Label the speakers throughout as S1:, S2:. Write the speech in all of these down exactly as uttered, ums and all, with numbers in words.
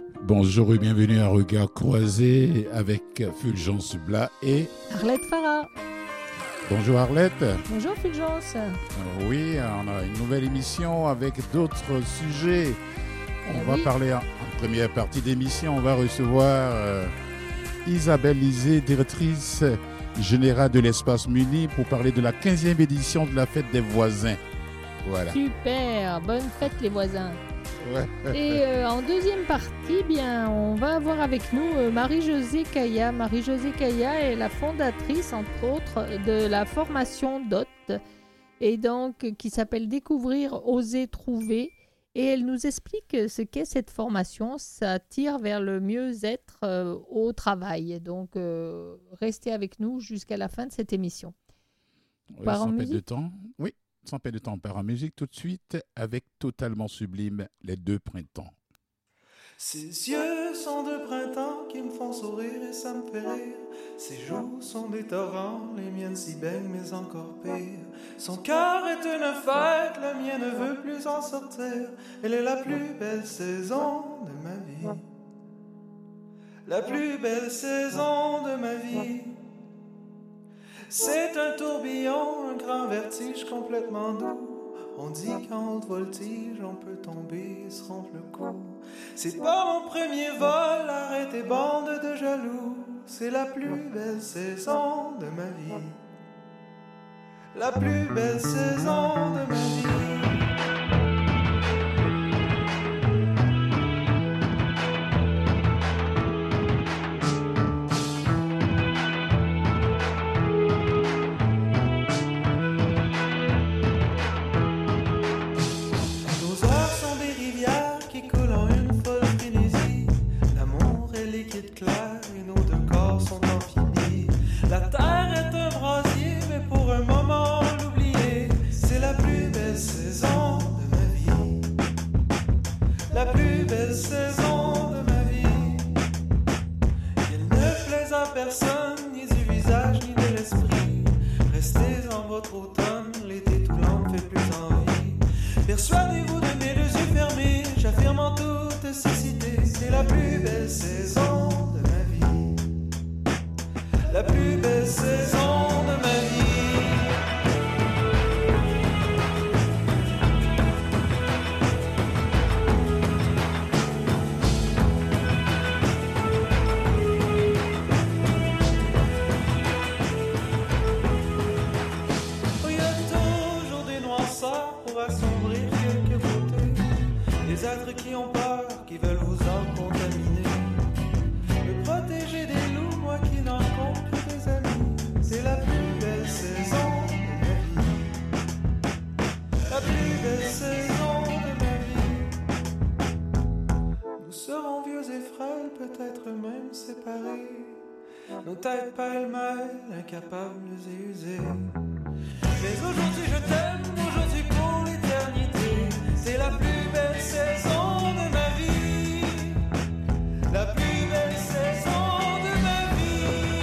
S1: Bonjour et bienvenue à Regard Croisé avec Fulgence Blas et
S2: Arlette Farah.
S1: Bonjour Arlette.
S2: Bonjour Fulgence.
S1: Oui, on a une nouvelle émission avec d'autres sujets. On
S2: Eh
S1: va
S2: oui.
S1: parler en, en première partie d'émission, on va recevoir euh, Isabelle Lisée, directrice générale de l'Espace Muni, pour parler de la quinzième édition de la fête des voisins. Voilà.
S2: Super, bonne fête les voisins.
S1: Ouais.
S2: Et euh, en deuxième partie, bien, on va avoir avec nous euh, Marie-Josée Kaya. Marie-Josée Kaya est la fondatrice, entre autres, de la formation D O T, et donc euh, qui s'appelle Découvrir, Oser, Trouver. Et elle nous explique ce qu'est cette formation. Ça tire vers le mieux-être euh, au travail. Donc, euh, restez avec nous jusqu'à la fin de cette émission.
S1: Oui,
S2: Part en
S1: sans perdre de
S2: musique.
S1: temps. Oui, sans perdre de temps, on part en musique tout de suite avec Totalement Sublime, les deux printemps.
S3: Ses yeux sont de printemps qui me font sourire et ça me fait rire. Ses joues sont des torrents, les miennes s'y baignent mais encore pire. Son cœur est une fête, le mien ne veut plus en sortir. Elle est la plus belle saison de ma vie. La plus belle saison de ma vie. C'est un tourbillon, un grand vertige complètement doux. On dit qu'en haute voltige, on peut tomber et se rompre le cou. C'est pas mon premier vol, arrête tes bandes de jaloux. C'est la plus belle saison de ma vie. La plus belle saison de ma vie. Saison de ma vie, il ne plaise à personne, ni du visage, ni de l'esprit. Restez en votre automne, l'été tout blanc me fait plus envie. Persuadez-vous de mes deux yeux fermés, j'affirme en toute cécité, c'est la plus belle saison de ma vie. La plus belle saison de ma vie. Qui ont peur, qui veulent vous en contaminer. Me protéger des loups, moi qui n'en compte que des amis. C'est la plus belle saison de ma vie. La plus belle saison de ma vie. Nous serons vieux et frêles, peut-être même séparés. Nos têtes pêle-mêle, incapables et usées. Mais aujourd'hui je t'aime, aujourd'hui pour l'éternité. C'est la plus belle saison de ma vie. La plus belle saison de ma vie.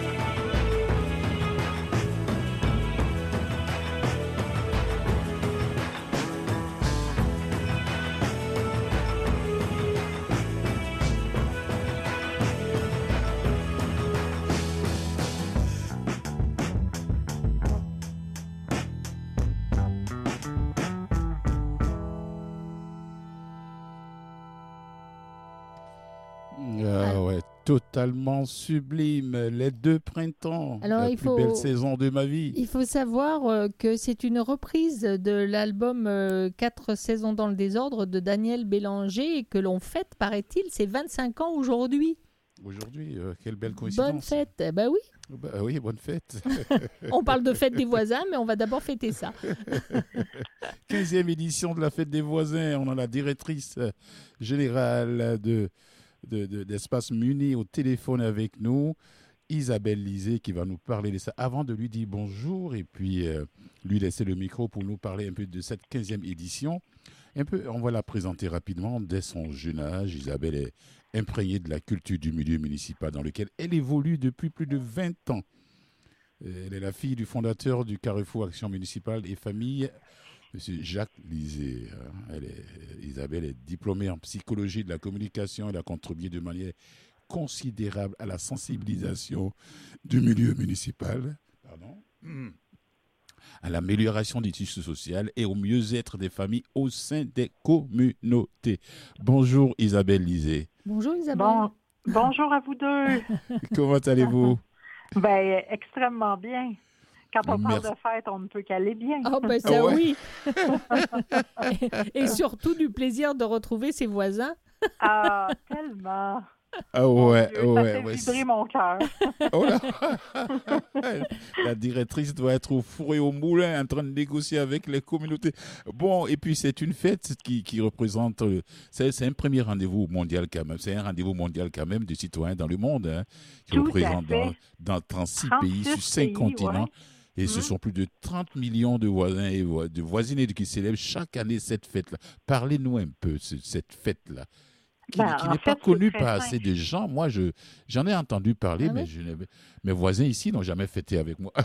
S1: Ah ouais, totalement sublime, les deux printemps,
S2: Alors,
S1: la
S2: il
S1: plus
S2: faut-
S1: belle saison de ma vie.
S2: Il faut savoir euh, que c'est une reprise de l'album euh, Quatre saisons dans le désordre de Daniel Bélanger et que l'on fête, paraît-il, c'est vingt-cinq ans aujourd'hui.
S1: Aujourd'hui, euh, quelle belle coïncidence.
S2: Bonne fête. Eh ben oui,
S1: Bah oui, bonne fête.
S2: on parle de fête des voisins, mais on va d'abord fêter ça.
S1: quinzième édition de la fête des voisins, on a la directrice euh, générale de, de, de- d'Espace Muni au téléphone avec nous, Isabelle Lisée, qui va nous parler de ça. Avant de lui dire bonjour et puis euh, lui laisser le micro pour nous parler un peu de cette quinzième édition, un peu, on va la présenter rapidement. Dès son jeune âge, Isabelle est imprégnée de la culture du milieu municipal dans lequel elle évolue depuis plus de vingt ans. Elle est la fille du fondateur du Carrefour Action Municipale et Famille Monsieur Jacques Lisée, hein, elle est, Isabelle est diplômée en psychologie de la communication. Elle a contribué de manière considérable à la sensibilisation du milieu municipal, pardon, à l'amélioration du tissu social et au mieux-être des familles au sein des communautés. Bonjour Isabelle Lisée.
S2: Bonjour Isabelle.
S4: Bon, bonjour à vous deux.
S1: Comment allez-vous?
S4: Ben, extrêmement bien. Quand on
S1: Merci.
S4: parle de fête, on ne peut qu'aller bien.
S2: Oh ben ça
S1: Ouais.
S2: oui. et, et surtout du plaisir de retrouver ses voisins.
S4: Ah, tellement.
S1: Ah
S4: Mon
S1: ouais,
S4: Dieu,
S1: ouais,
S4: ça fait
S1: ouais.
S4: vibrer mon cœur.
S1: Oh là. La directrice doit être au four et au moulin en train de négocier avec les communautés. Bon, et puis c'est une fête qui, qui représente, euh, c'est, c'est un premier rendez-vous mondial quand même, c'est un rendez-vous mondial quand même des citoyens dans le monde, hein, qui
S4: Tout à
S1: représente
S4: fait.
S1: dans, dans trente-six
S4: trente-six
S1: pays sur cinq
S4: pays,
S1: continents.
S4: ouais.
S1: Et ce
S4: Mhm.
S1: sont plus de trente millions de voisins et vo- de voisines qui célèbrent chaque année cette fête-là. Parlez-nous un peu de cette fête-là, qui,
S4: Ben,
S1: qui
S4: en
S1: n'est pas
S4: fait, c'est
S1: connue
S4: très
S1: par
S4: simple.
S1: assez de gens. Moi, je, j'en ai entendu parler,
S2: Ah
S1: mais
S2: oui?
S1: je n'ai- mes voisins ici n'ont jamais fêté avec moi.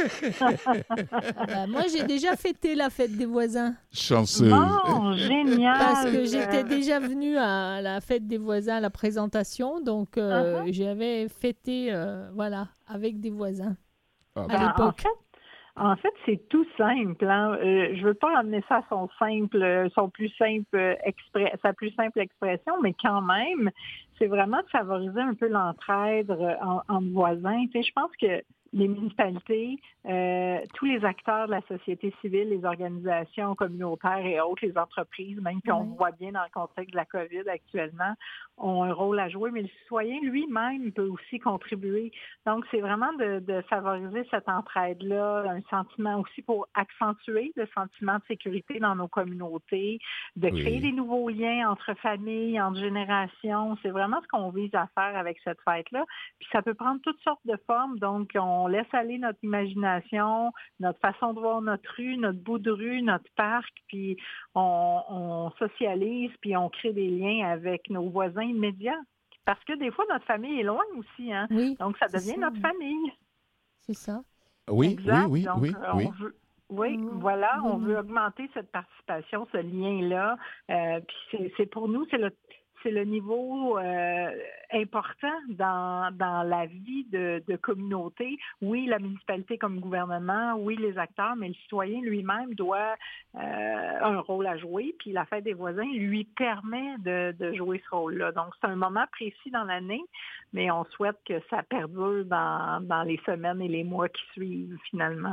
S2: Ah bah, moi j'ai déjà fêté la fête des voisins.
S1: Chanceuse.
S4: Bon, génial.
S2: Parce que j'étais déjà venue à la fête des voisins, à la présentation. Donc euh,
S4: Uh-huh.
S2: j'avais fêté euh, voilà, avec des voisins
S1: Ah,
S2: à
S4: Ben, en
S2: l'époque.
S4: fait, en fait, c'est tout simple. Hein. Euh, je veux pas amener ça à son simple, euh, son plus simple euh, expre- sa plus simple expression, mais quand même, c'est vraiment de favoriser un peu l'entraide euh, en- entre voisins. Tu sais, je pense que les municipalités, euh, tous les acteurs de la société civile, les organisations communautaires et autres, les entreprises, même puis on
S2: Oui.
S4: voit bien dans le contexte de la COVID actuellement, ont un rôle à jouer, mais le citoyen lui-même peut aussi contribuer. Donc, c'est vraiment de, de favoriser cette entraide-là, un sentiment aussi pour accentuer le sentiment de sécurité dans nos communautés, de créer
S1: Oui.
S4: des nouveaux liens entre familles, entre générations. C'est vraiment ce qu'on vise à faire avec cette fête-là. Puis ça peut prendre toutes sortes de formes. Donc, on laisse aller notre imagination, notre façon de voir notre rue, notre bout de rue, notre parc, puis on, on socialise, puis on crée des liens avec nos voisins immédiats. Parce que des fois, notre famille est loin aussi, hein.
S2: Oui,
S4: Donc, ça
S2: c'est
S4: devient
S2: ça,
S4: notre
S2: oui.
S4: famille.
S2: C'est ça.
S1: Oui,
S4: Exact.
S1: oui, oui,
S4: Donc,
S1: oui,
S4: euh,
S1: oui.
S4: on veut. Oui,
S2: Mm.
S4: voilà, on
S2: Oui.
S4: veut augmenter cette participation, ce lien-là. Euh, puis c'est, c'est pour nous, c'est le, c'est le niveau euh, important dans, dans la vie de, de communauté. Oui, la municipalité comme gouvernement, oui, les acteurs, mais le citoyen lui-même doit euh, un rôle à jouer. Puis la fête des voisins lui permet de, de jouer ce rôle-là. Donc, c'est un moment précis dans l'année, mais on souhaite que ça perdure dans, dans les semaines et les mois qui suivent finalement.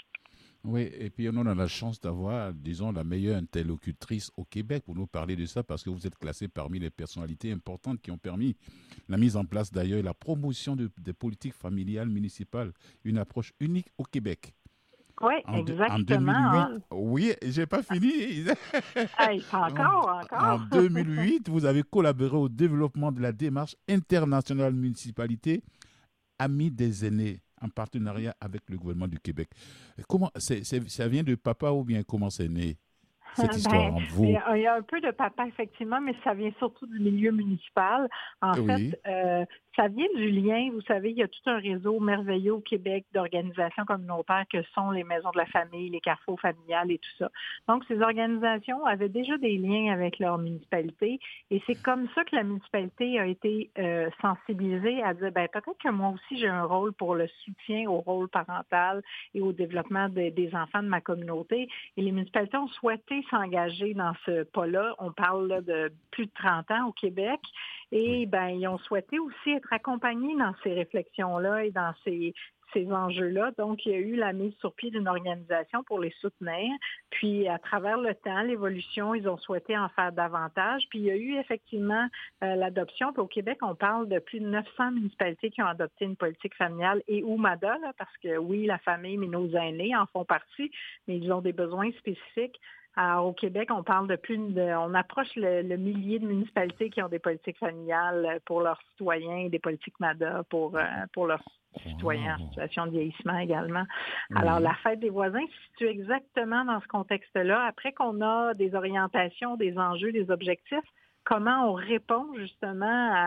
S1: Oui, et puis on a la chance d'avoir, disons, la meilleure interlocutrice au Québec pour nous parler de ça, parce que vous êtes classé parmi les personnalités importantes qui ont permis la mise en place d'ailleurs et la promotion de- des politiques familiales municipales, une approche unique au Québec.
S4: Oui,
S1: En, deux- en
S4: exactement.
S1: deux mille huit, oui, j'ai pas fini.
S4: Hey, encore,
S1: En
S4: encore.
S1: deux mille huit, vous avez collaboré au développement de la démarche internationale municipalité Amis des aînés, en partenariat avec le gouvernement du Québec. Comment c'est, c'est- ça vient de papa ou bien comment c'est né cette
S4: Ben,
S1: histoire entre
S4: il
S1: vous?
S4: y, a, il y a un peu de papa, effectivement, mais ça vient surtout du milieu municipal. En
S1: Oui.
S4: fait, euh, ça vient du lien. Vous savez, il y a tout un réseau merveilleux au Québec d'organisations communautaires que sont les maisons de la famille, les carrefours familiales et tout ça. Donc, ces organisations avaient déjà des liens avec leur municipalité et c'est comme ça que la municipalité a été euh, sensibilisée à dire, ben peut-être que moi aussi j'ai un rôle pour le soutien au rôle parental et au développement de- des enfants de ma communauté. Et les municipalités ont souhaité s'engager dans ce pas-là. On parle là, de plus de trente ans au Québec. Et
S1: Oui.
S4: ben, ils ont souhaité aussi être accompagnés dans ces réflexions-là et dans ces, ces enjeux-là. Donc, il y a eu la mise sur pied d'une organisation pour les soutenir. Puis, à travers le temps, l'évolution, ils ont souhaité en faire davantage. Puis, il y a eu effectivement euh, l'adoption. Puis, au Québec, on parle de plus de neuf cents municipalités qui ont adopté une politique familiale et ou MADA, là, parce que oui, la famille, mais nos aînés en font partie, mais ils ont des besoins spécifiques. Alors, au Québec, on parle de plus de, on approche le, le millier de municipalités qui ont des politiques familiales pour leurs citoyens et des politiques MADA pour, euh, pour leurs citoyens en situation de vieillissement également.
S1: Oui.
S4: Alors, la fête des voisins se situe exactement dans ce contexte-là. Après qu'on a des orientations, des enjeux, des objectifs, comment on répond justement à,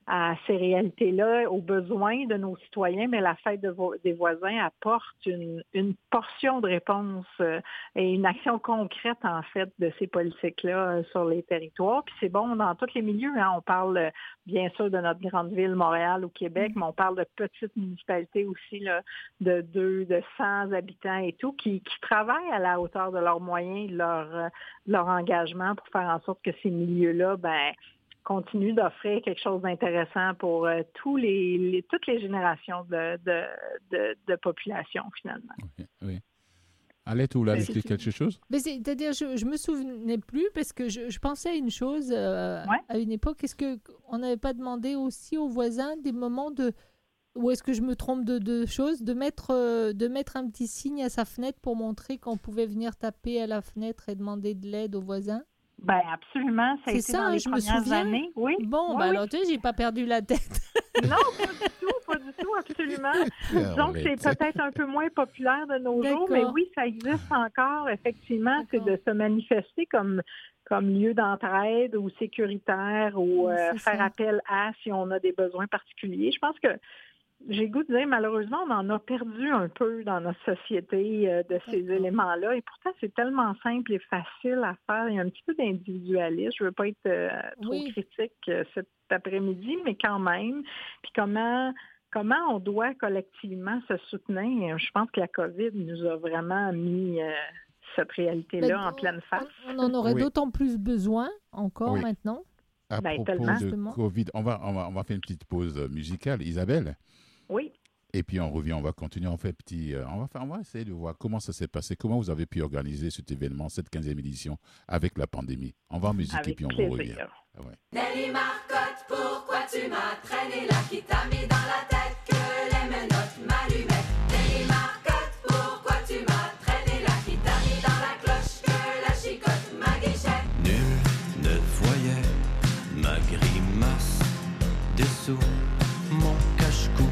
S4: à ces réalités-là, aux besoins de nos citoyens, mais la fête de vo- des voisins apporte une, une portion de réponse euh, et une action concrète, en fait, de ces politiques-là euh, sur les territoires. Puis c'est bon dans tous les milieux. Hein. On parle, euh, bien sûr, de notre grande ville, Montréal, au Québec, mais on parle de petites municipalités aussi, là, de deux, de cent habitants et tout, qui, qui travaillent à la hauteur de leurs moyens, de leur, euh, de leur engagement pour faire en sorte que ces milieux-là, ben continue d'offrir quelque chose d'intéressant pour euh, tous les, les, toutes les générations de, de, de, de population, finalement.
S1: Oui. oui. Alette, vous voulez
S2: Mais
S1: ajouter
S2: c'est-
S1: quelque chose?
S2: Mais c'est- c'est-à-dire, je, je me souvenais plus parce que je, je pensais à une chose euh,
S4: Ouais.
S2: à une époque. Est-ce que on n'avait pas demandé aussi aux voisins des moments de, ou est-ce que je me trompe de, de choses, de mettre euh, de mettre un petit signe à sa fenêtre pour montrer qu'on pouvait venir taper à la fenêtre et demander de l'aide aux voisins?
S4: Ben absolument, ça a
S2: C'est
S4: été
S2: ça,
S4: dans les
S2: je me
S4: premières
S2: souviens.
S4: années. Oui.
S2: Bon,
S4: oui,
S2: bah
S4: oui.
S2: alors tu sais, j'ai pas perdu la tête.
S4: Non, pas du tout, pas du tout, absolument. Donc, c'est
S1: Arlette.
S4: peut-être un peu moins populaire de nos jours, mais
S2: D'accord.
S4: oui, ça existe encore. Effectivement, c'est
S2: D'accord.
S4: de se manifester comme, comme lieu d'entraide ou sécuritaire ou
S2: Oui,
S4: euh,
S2: c'est
S4: faire
S2: ça.
S4: appel à si on a des besoins particuliers. Je pense que j'ai le goût de dire, malheureusement, on en a perdu un peu dans notre société euh, de ces
S2: D'accord.
S4: éléments-là. Et pourtant, c'est tellement simple et facile à faire. Il y a un petit peu d'individualisme. Je ne veux pas être euh, trop
S2: Oui.
S4: critique euh, cet après-midi, mais quand même. Puis comment, comment on doit collectivement se soutenir? Je pense que la COVID nous a vraiment mis euh, cette réalité-là
S2: Ben,
S4: en pleine face.
S2: On, on en aurait
S1: Oui.
S2: d'autant plus besoin encore
S1: Oui.
S2: maintenant.
S1: À
S4: Ben,
S1: propos
S4: tellement.
S1: de
S2: Justement.
S1: Covid, on va, on, va, on va faire une petite pause euh, musicale. Isabelle?
S4: Oui.
S1: Et puis on revient, on va continuer, on fait petit, euh, on va faire, on va essayer de voir comment ça s'est passé, comment vous avez pu organiser cet événement, cette quinzième édition avec la pandémie. On va en musique et
S4: Avec
S1: puis on vous
S4: plaisir.
S1: revient. Ah ouais.
S5: Nelly Marcotte, pourquoi tu m'as traîné là, qui t'a mis dans la tête que les menottes m'allumaient? Nelly Marcotte, pourquoi tu m'as traîné là, qui t'a mis dans la cloche que la chicotte m'aguichait?
S3: Nul ne voyait ma grimace dessous mon cache-cou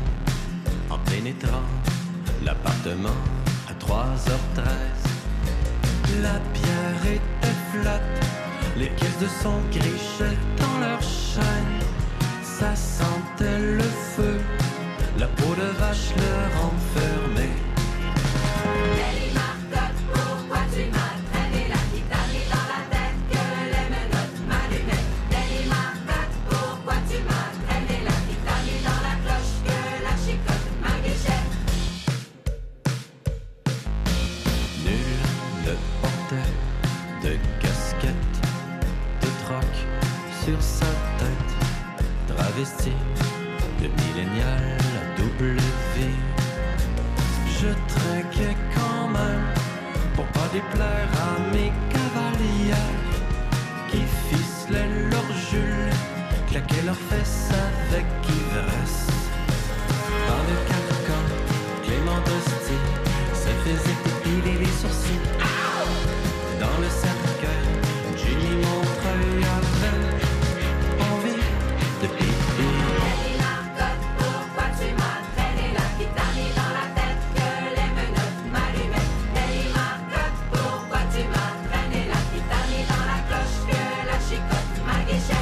S3: en pénétrant l'appartement à trois heures treize. La pierre était flotte, les caisses de son grichaient dans leur chaîne. Ça sentait le feu, la peau de vache leur enfermait.
S5: Nelly Marcotte, pourquoi tu m'as traîné là, qui t'a mis dans la tête que les menottes m'allumaient? Nelly Marcotte, pourquoi tu m'as traîné là, qui t'a mis dans la cloche que la chicotte m'aguichait?
S3: Nul ne portait de casquette, de troc sur sa tête, travesti de millénial à double vie. Je trinquais quand même pour pas déplaire à mes cavalières qui ficelaient leur Jules, claquaient leurs fesses avec ivresse. Dans le carcan, Clément Dosti se faisait épiler les sourcils. Dans le cercueil, Jimmy Montreuil avait envie de pipi.
S5: Nelly Marcotte, pourquoi tu m'as traîné là, qui t'a mis dans la tête que les menottes m'allumaient? Nelly Marcotte, pourquoi tu m'as traîné là, qui t'a mis dans la cloche que la chicotte m'aguichait?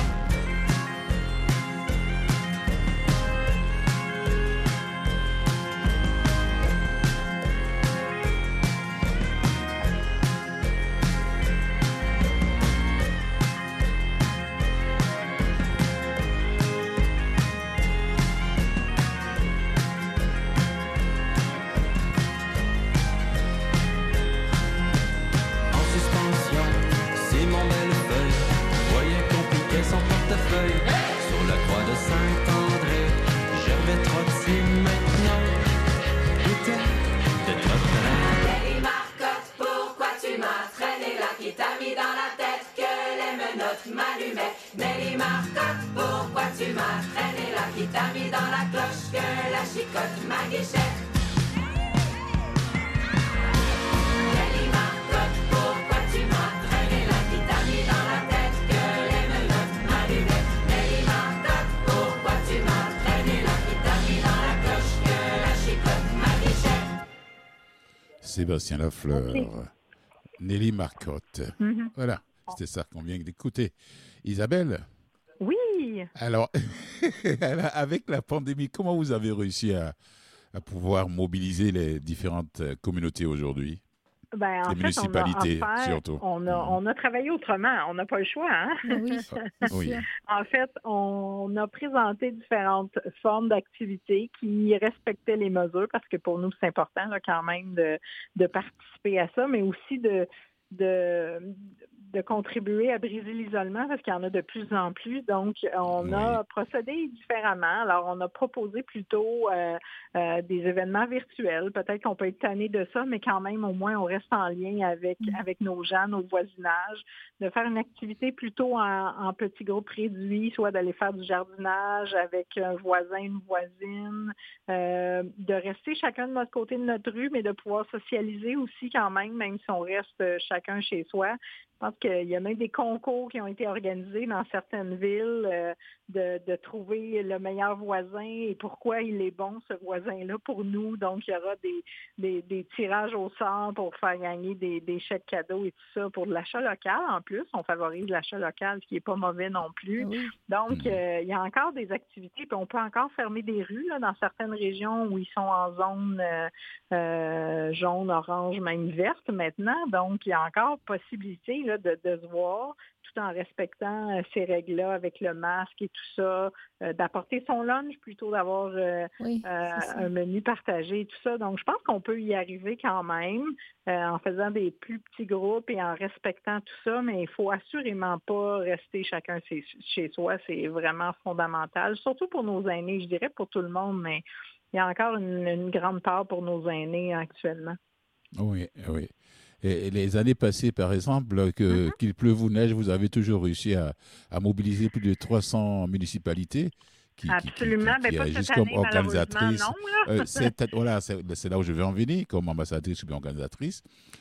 S3: En suspension, Simon Bellefeuille voyait qu'on piquait son portefeuille sur la croix de Saint-André. Gervais Trottier maintenant était de Trottin.
S5: Nelly Marcotte, pourquoi tu m'as traîné là, qui t'a mis dans la tête que les menottes m'allumaient? Nelly Marcotte, pourquoi tu m'as traîné là, qui t'a mis dans la cloche que la chicotte m'aguichait? Nelly Marcotte, pourquoi tu m'as traîné là, qui t'a mis dans la tête que les menottes m'allumaient? Nelly Marcotte, pourquoi tu m'as traîné là, qui t'a mis dans la cloche que la chicotte m'aguichait?
S1: Sébastien Lafleur, Nelly Marcotte.
S4: Mhm.
S1: Voilà, c'était ça qu'on vient d'écouter. Isabelle,
S4: Oui, Oui.
S1: Alors, alors, avec la pandémie, comment vous avez réussi à, à pouvoir mobiliser les différentes euh, communautés aujourd'hui?
S4: Ben, en
S1: Les
S4: fait, on a, en
S1: municipalités,
S4: fait,
S1: surtout.
S4: on a,
S1: Mhm.
S4: on a travaillé autrement. On n'a pas le choix, hein?
S2: Ah oui,
S1: Ah,
S2: c'est
S1: oui.
S2: sûr.
S4: En fait, on a présenté différentes formes d'activités qui respectaient les mesures parce que pour nous, c'est important là, quand même de, de participer à ça, mais aussi de, de, de contribuer à briser l'isolement parce qu'il y en a de plus en plus. Donc, on
S1: Oui.
S4: a procédé différemment. Alors, on a proposé plutôt euh, euh, des événements virtuels. Peut-être qu'on peut être tanné de ça, mais quand même, au moins, on reste en lien avec,
S2: Mm.
S4: avec nos gens, nos voisinages, de faire une activité plutôt en, en petits groupes réduits, soit d'aller faire du jardinage avec un voisin, une voisine, euh, de rester chacun de notre côté de notre rue, mais de pouvoir socialiser aussi quand même, même si on reste euh, chacun chez soi. Je pense qu'il y a même des concours qui ont été organisés dans certaines villes euh, de, de trouver le meilleur voisin et pourquoi il est bon, ce voisin-là, pour nous. Donc, il y aura des, des, des tirages au sort pour faire gagner des, des chèques cadeaux et tout ça pour de l'achat local. En plus, on favorise l'achat local, ce qui n'est pas mauvais non plus.
S2: Ah oui.
S4: Donc,
S1: Mhm.
S4: euh, il y a encore des activités, puis on peut encore fermer des rues là, dans certaines régions où ils sont en zone euh, euh, jaune, orange, même verte maintenant. Donc, il y a encore possibilité là, de, de se voir tout en respectant euh, ces règles-là avec le masque et tout ça, euh, d'apporter son lunch plutôt d'avoir euh,
S2: Oui,
S4: euh,
S2: c'est ça.
S4: un menu partagé et tout ça. Donc, je pense qu'on peut y arriver quand même euh, en faisant des plus petits groupes et en respectant tout ça, mais il faut assurément pas rester chacun chez, chez soi. C'est vraiment fondamental, surtout pour nos aînés, je dirais pour tout le monde, mais il y a encore une, une grande part pour nos aînés actuellement.
S1: Oui, oui. Et, et les années passées, par exemple, que,
S4: Mhm.
S1: qu'il pleuve ou neige, vous avez toujours réussi à, à mobiliser plus de trois cents municipalités qui, qui, qui,
S4: Absolument.
S1: qui,
S4: Ben
S1: qui
S4: pas cette
S1: agissent comme
S4: année, malheureusement,
S1: organisatrices.
S4: non.
S1: Euh,
S4: Là.
S1: c'est, voilà, c'est, c'est là où je vais en venir, comme ambassadrice ou bien organisatrice.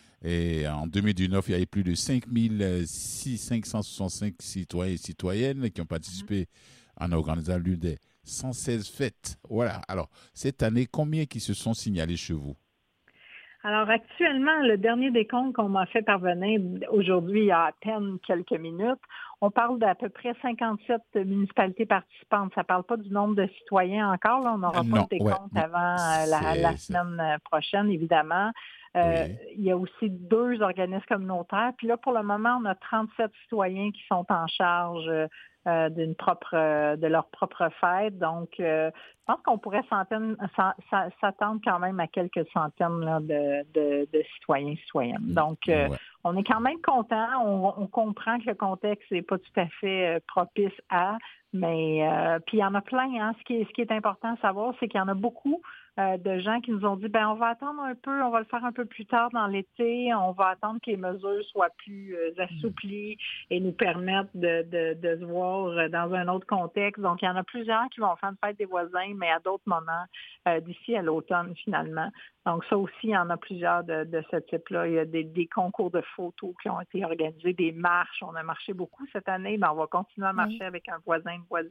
S1: Et en deux mille dix-neuf, il y avait plus de cinq mille cinq cent soixante-cinq citoyens et citoyennes qui ont participé en organisant l'une des cent seize fêtes. Voilà. Alors, cette année, combien qui se sont signalés chez vous?
S4: Alors actuellement, le dernier décompte qu'on m'a fait parvenir aujourd'hui, il y a à peine quelques minutes, on parle d'à peu près cinquante-sept municipalités participantes. Ça ne parle pas du nombre de citoyens encore. Là. On
S1: Ah,
S4: n'aura pas
S1: non,
S4: le
S1: ouais,
S4: décompte
S1: mais
S4: avant euh, la,
S1: c'est,
S4: la
S1: c'est-
S4: semaine euh, prochaine, évidemment. Euh,
S1: oui.
S4: il y a aussi deux organismes communautaires. Puis là, pour le moment, on a trente-sept citoyens qui sont en charge euh, euh, d'une propre, euh, de leur propre fête. Donc, euh, je pense qu'on pourrait centaines- s'en- s'en- s'attendre quand même à quelques centaines là, de, de, de citoyens, citoyennes. Donc, euh,
S1: Ouais.
S4: on est quand même content. On, on comprend que le contexte n'est pas tout à fait euh, propice à, mais euh, puis il y en a plein. Hein. Ce qui est, ce qui est important à savoir, c'est qu'il y en a beaucoup euh, de gens qui nous ont dit, ben on va attendre un peu, on va le faire un peu plus tard dans l'été, on va attendre que les mesures soient plus euh, assouplies et nous permettent de, de, de se voir euh, dans un autre contexte. Donc, il y en a plusieurs qui vont faire une fête des voisins, mais à d'autres moments, euh, d'ici à l'automne finalement. Donc, ça aussi, il y en a plusieurs de, de ce type-là. Il y a des, des concours de photos qui ont été organisés, des marches. On a marché beaucoup cette année, mais on va continuer à marcher
S2: Oui.
S4: avec un voisin, une voisine.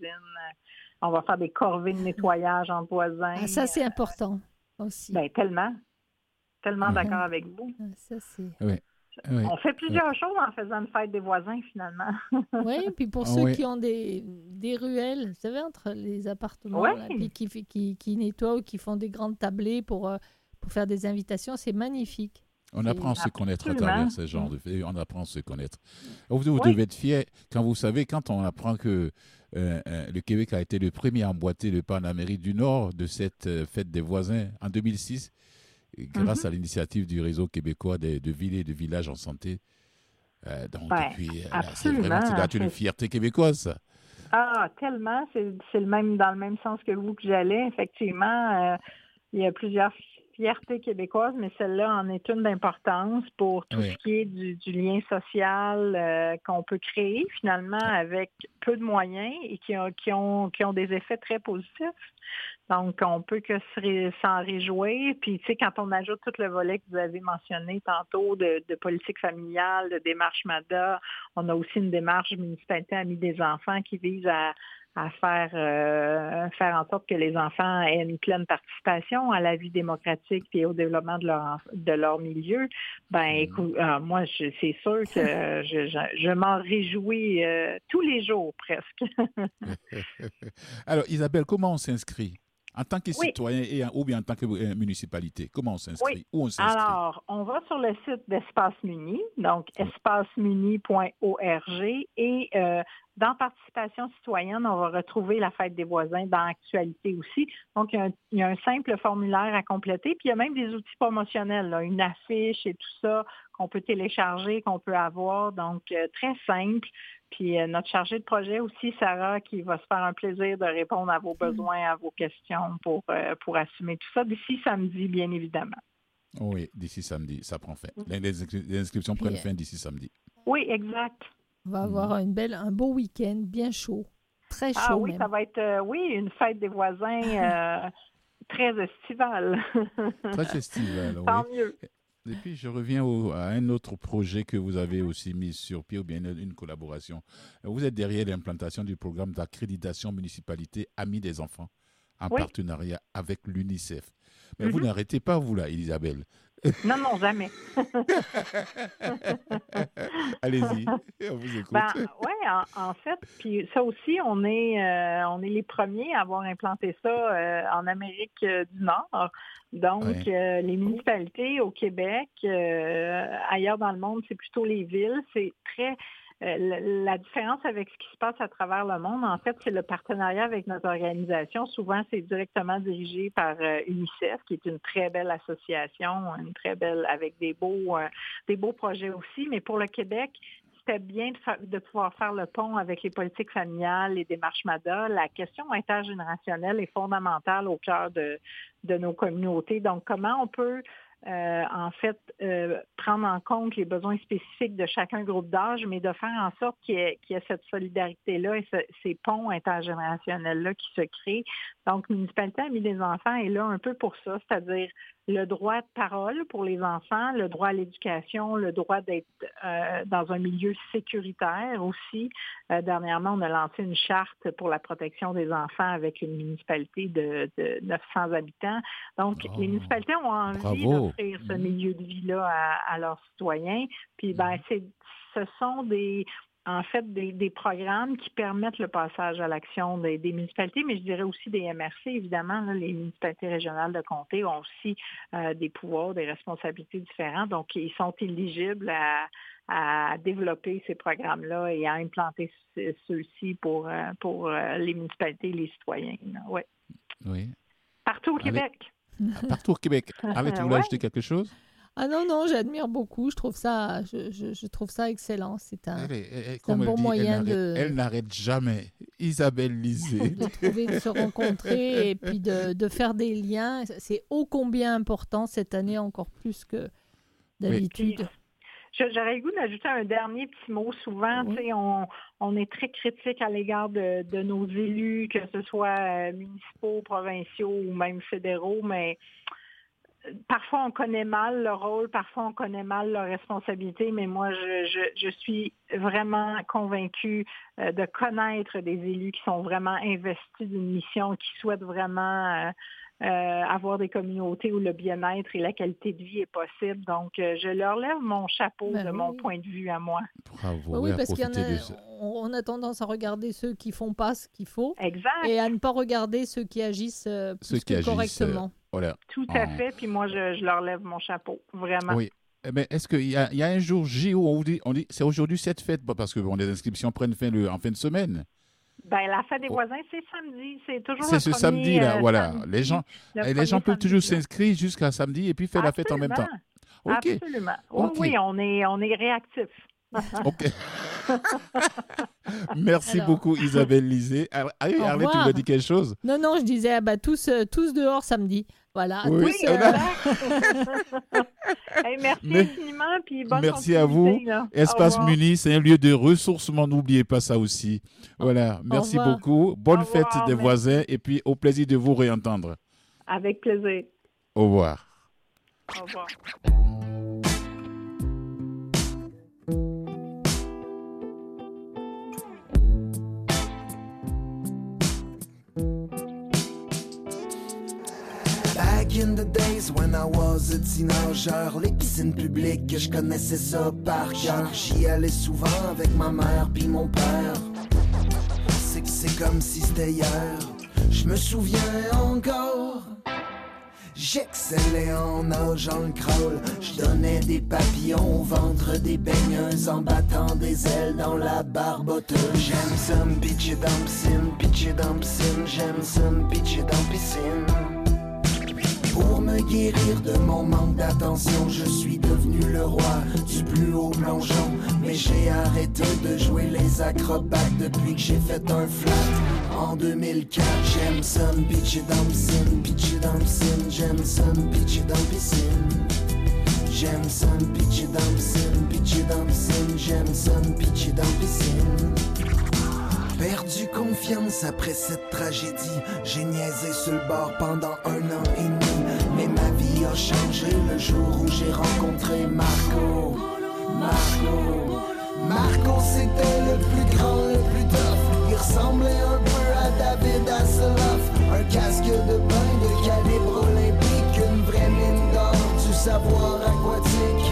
S4: On va faire des corvées de nettoyage entre voisins.
S2: Ah, ça, c'est important aussi.
S4: Ben, tellement, tellement
S1: Ouais.
S4: d'accord avec vous.
S2: Ah, ça, c'est...
S1: Oui. Oui.
S4: On fait plusieurs choses en faisant une fête des voisins, finalement.
S2: Oui, puis pour
S1: Ah
S2: ceux
S1: oui.
S2: qui ont des, des ruelles, vous savez, entre les appartements,
S4: Ouais.
S2: là, puis qui, qui, qui nettoient ou qui font des grandes tablées pour, euh, pour faire des invitations, c'est magnifique.
S1: On
S2: C'est-
S1: apprend à se connaître à
S4: Absolument.
S1: travers ce genre de faits. On apprend à se connaître. Vous, vous
S4: Oui.
S1: devez être fier quand vous savez, quand on apprend que euh, euh, le Québec a été le premier à emboîter le pas en Amérique du Nord de cette euh, fête des voisins en deux mille six, et grâce
S4: Mhm.
S1: à l'initiative du réseau québécois de, de villes et de villages en santé. Euh, donc,
S4: Ben,
S1: et puis, euh, là, c'est
S4: absolument.
S1: vraiment, ça doit être une
S4: C'est-
S1: fierté québécoise, ça.
S4: Ah, tellement. C'est c'est le même dans le même sens que vous que j'allais. Effectivement, euh, il y a plusieurs fiertés québécoises, mais celle-là en est une d'importance pour tout
S1: Oui.
S4: ce qui est du, du lien social euh, qu'on peut créer finalement avec peu de moyens et qui ont, qui ont, qui ont des effets très positifs. Donc, on peut que se ré- s'en réjouir. Puis, tu sais, quand on ajoute tout le volet que vous avez mentionné tantôt de, de politique familiale, de démarche M A D A, on a aussi une démarche municipalité Amis des enfants qui vise à, à faire euh, faire en sorte que les enfants aient une pleine participation à la vie démocratique et au développement de leur de leur milieu, ben écoute, euh, moi je, c'est sûr que je, je, je m'en réjouis euh, tous les jours presque.
S1: Alors, Isabelle, comment on s'inscrit? En tant que
S4: Oui.
S1: citoyen et en- ou bien en tant que euh, municipalité, comment on s'inscrit?
S4: Oui.
S1: Où on s'inscrit?
S4: Alors, on va sur le site d'Espace Muni, donc espace muni point org, et euh, dans Participation citoyenne, on va retrouver la fête des voisins dans Actualité aussi. Donc, il y a un, il y a un simple formulaire à compléter, puis il y a même des outils promotionnels, là, une affiche et tout ça qu'on peut télécharger, qu'on peut avoir. Donc, euh, très simple. Puis euh, notre chargée de projet aussi, Sarah, qui va se faire un plaisir de répondre à vos besoins, à vos questions pour, euh, pour assumer tout ça d'ici samedi, bien évidemment.
S1: Oui, d'ici samedi, ça prend fin. Les, les inscri- les inscriptions prennent
S2: Yeah.
S1: fin d'ici samedi.
S4: Oui, exact.
S2: On va avoir une belle, un beau week-end, bien chaud. Très chaud
S4: Ah oui,
S2: même.
S4: ça va être, euh, oui, une fête des voisins euh, très estivale.
S1: Très festival,
S4: Tant
S1: oui.
S4: mieux.
S1: Et puis, je reviens au- à un autre projet que vous avez aussi mis sur pied, ou bien une, une collaboration. Vous êtes derrière l'implantation du programme d'accréditation municipalité Amis des enfants, en
S4: Oui.
S1: partenariat avec l'UNICEF. Mais vous
S4: Mhm.
S1: n'arrêtez pas, vous, là, Isabelle.
S4: Non, non, jamais.
S1: Allez-y, on vous écoute.
S4: Ben, ouais, en, en fait, puis ça aussi, on est, euh, on est les premiers à avoir implanté ça euh, en Amérique euh, du Nord. Donc,
S1: Ouais.
S4: euh, les municipalités au Québec, euh, ailleurs dans le monde, c'est plutôt les villes. C'est très euh, la, la différence avec ce qui se passe à travers le monde, en fait, c'est le partenariat avec notre organisation. Souvent, c'est directement dirigé par euh, UNICEF, qui est une très belle association, une très belle avec des beaux, euh, des beaux projets aussi. Mais pour le Québec, c'était bien de, fa- de pouvoir faire le pont avec les politiques familiales, les démarches M A D A. La question intergénérationnelle est fondamentale au cœur de, de nos communautés. Donc, comment on peut, euh, en fait, euh, prendre en compte les besoins spécifiques de chacun groupe d'âge, mais de faire en sorte qu'il y ait, qu'il y ait cette solidarité-là et ce- ces ponts intergénérationnels-là qui se créent. Donc, Municipalité Amis des enfants est là un peu pour ça, c'est-à-dire le droit de parole pour les enfants, le droit à l'éducation, le droit d'être euh, dans un milieu sécuritaire aussi. Euh, dernièrement, on a lancé une charte pour la protection des enfants avec une municipalité de, de neuf cents habitants. Donc,
S1: Oh,
S4: les municipalités ont envie
S1: bravo.
S4: d'offrir ce
S1: Mhm.
S4: milieu de vie-là à, à leurs citoyens. Puis, ben, c'est, ce sont des en fait, des, des programmes qui permettent le passage à l'action des, des municipalités, mais je dirais aussi des M R C, évidemment. Là, les municipalités régionales de comté ont aussi euh, des pouvoirs, des responsabilités différentes. Donc, ils sont éligibles à, à développer ces programmes-là et à implanter ce- ceux-ci pour, euh, pour euh, les municipalités et les citoyens. Oui.
S1: Oui.
S4: Partout au
S1: Allez.
S4: Québec.
S1: Partout au Québec. Arlette, tu voulais
S4: Ouais.
S1: ajouter quelque chose?
S2: Ah non, non, j'admire beaucoup. Je trouve ça, je, je, je trouve ça excellent. C'est un,
S1: Elle, est- elle- elle-
S2: c'est un
S1: comme elle
S2: bon
S1: dit,
S2: moyen
S1: elle n'arrête,
S2: de-
S1: elle n'arrête jamais. Isabelle Lisée.
S2: de trouver, de se rencontrer et puis de, de faire des liens. C'est ô combien important cette année, encore plus que d'habitude.
S4: Je- J'aurais le goût d'ajouter un dernier petit mot. Souvent,
S2: Oui.
S4: tu sais, on, on est très critique à l'égard de, de nos élus, que ce soit euh, municipaux, provinciaux ou même fédéraux, mais euh, parfois on connaît mal leur rôle, parfois on connaît mal leurs responsabilités, mais moi, je, je, je suis vraiment convaincue euh, de connaître des élus qui sont vraiment investis d'une mission, qui souhaitent vraiment... euh, Euh, avoir des communautés où le bien-être et la qualité de vie est possible. Donc, euh, je leur lève mon chapeau
S2: Ben
S4: de
S2: oui.
S4: mon point de vue à moi.
S1: Bravo.
S2: Oui, oui,
S1: à
S2: parce qu'il y en
S1: profiter
S2: a,
S1: de ça.
S2: on, on a tendance à regarder ceux qui font pas ce qu'il faut
S4: Exact,
S2: et à ne pas regarder ceux qui agissent euh, plus
S1: Ceux qui
S2: que
S1: agissent,
S2: correctement.
S1: Voilà.
S4: tout à
S1: Ah.
S4: fait. Puis moi, je, je leur lève mon chapeau, vraiment.
S1: Oui. Eh ben, est-ce qu'il y a, il y a un jour J où on dit, on dit c'est aujourd'hui cette fête? Bah, parce que bon, les inscriptions prennent fin le, en fin de semaine.
S4: Ben, la fête des
S1: Oh.
S4: voisins, c'est samedi. C'est toujours
S1: C'est
S4: le
S1: ce
S4: premier,
S1: samedi-là,
S4: euh,
S1: voilà.
S4: samedi,
S1: Les gens,
S4: le
S1: et les
S4: premier
S1: gens peuvent
S4: samedi,
S1: toujours
S4: là.
S1: s'inscrire jusqu'à samedi et puis faire la fête en même temps.
S4: Absolument.
S1: Ok.
S4: Absolument. Oui,
S1: Ok.
S4: oui, on est, on est réactifs.
S1: Ok. Merci
S2: Alors.
S1: beaucoup Isabelle Lisée. Ar- Ah oui,
S2: Au
S1: Arlette, tu
S2: revoir.
S1: voulais dire quelque chose?
S2: Non, non, je disais, ah bah, tous, euh, tous dehors samedi. Voilà.
S1: Oui,
S2: tous,
S1: eh
S2: euh,
S1: ben,
S4: Hey, merci
S1: Mais-
S4: infiniment. Puis bonne
S1: Merci à
S4: continuité, là. Au
S1: Espace
S4: revoir.
S1: Muni, c'est un lieu de ressourcement, n'oubliez pas ça aussi. Voilà, merci
S2: revoir.
S1: beaucoup. Bonne
S4: Au
S1: fête
S4: revoir,
S1: des
S4: merci.
S1: voisins et puis au plaisir de vous réentendre.
S4: Avec plaisir.
S1: Au revoir.
S4: Au revoir.
S6: Back in the days when I was a teenager, les piscines publiques, je connaissais ça par cœur. J'y allais souvent avec ma mère puis mon père. C'est que c'est comme si c'était hier, je me souviens encore. J'excellais en nageant le crawl, je donnais des papillons au ventre des baigneuses en battant des ailes dans la barboteuse. J'aime ça me pitcher dans piscine, pitcher dans piscine, j'aime ça me pitcher dans piscine. Pour me guérir de mon manque d'attention, je suis devenu le roi du plus haut plongeon. Mais j'ai arrêté de jouer les acrobates depuis que j'ai fait un flat en deux mille quatre. J'aime ça me pitcher dans piscine, pitcher dans piscine, j'aime ça me pitcher dans piscine. J'aime ça me pitcher dans piscine, pitcher dans piscine, j'aime ça me pitcher dans piscine. Perdu confiance après cette tragédie, j'ai niaisé sur le bord pendant un an et demi. Mais ma vie a changé le jour où j'ai rencontré Marco. Marco, Marco c'était le plus grand, le plus tough. Il ressemblait un peu à David Hasselhoff. Un casque de bain de calibre olympique, une vraie mine d'or du savoir aquatique.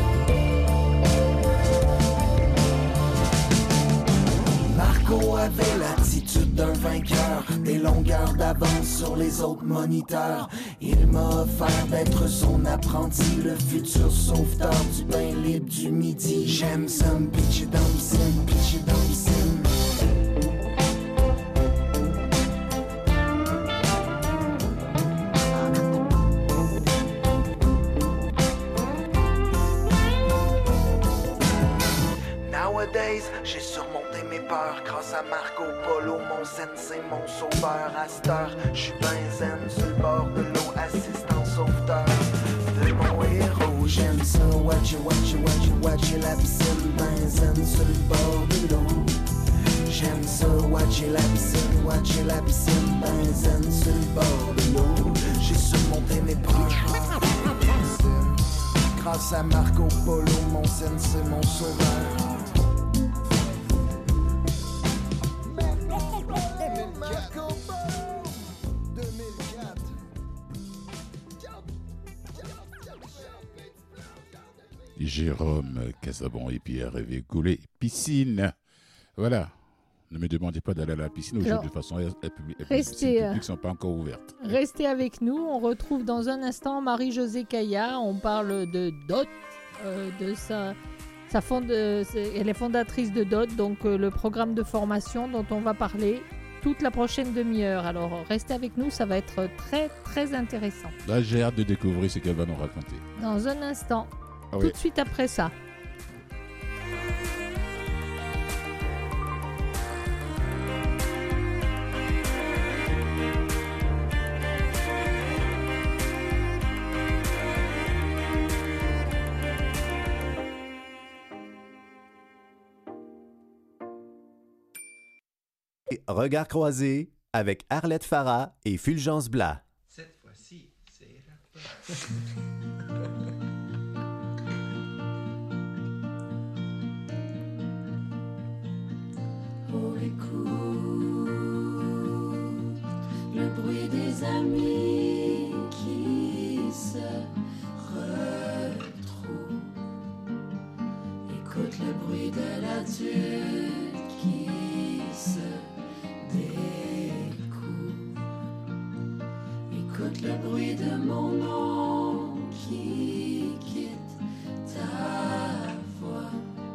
S6: Marco avait l'attitude d'un vainqueur, des longueurs d'avance sur les autres moniteurs. Il m'a offert d'être son apprenti, le futur sauveteur du bain libre du midi. J'aime ça me pitcher dans le piscine, pitcher dans le piscine. Nowadays, j'ai surmonté mes peurs grâce à Marco Polo, mon sensei, mon sauveur. À cette heure, j'suis ben zen sur le bord de l'eau, assistant sauveteur de mon héros. J'aime ça, watch it, watch it, watch it, watch it, la piscine, ben zen sur le bord de l'eau. J'aime ça, watch it, la piscine, watch it, la piscine, ben zen sur le bord de l'eau. J'ai surmonté mes peurs grâce à Marco Polo, mon sensei, mon sauveur.
S1: Jérôme Casabon et Pierre Hervé Goulet, piscine. Voilà. Ne me demandez pas d'aller à la piscine aujourd'hui, de toute façon, les piscines publiques ne sont pas encore ouvertes.
S2: Restez avec nous, on retrouve dans un instant Marie-Josée Caillat. On parle de D O T, euh, de sa, sa fonde, elle est fondatrice de D O T, donc euh, le programme de formation dont on va parler toute la prochaine demi-heure. Alors restez avec nous, ça va être très très intéressant.
S1: Là, j'ai hâte de découvrir ce qu'elle va nous raconter.
S2: Dans un instant.
S1: Ah
S2: Tout
S1: oui.
S2: de suite après ça.
S7: Regard croisé avec Arlette Farah et Fulgence Blas.
S8: Cette fois-ci, c'est
S5: Oh, écoute le bruit des amis qui se retrouvent. Écoute le bruit de l'adulte qui se découvre. Écoute le bruit de mon nom qui quitte ta voix.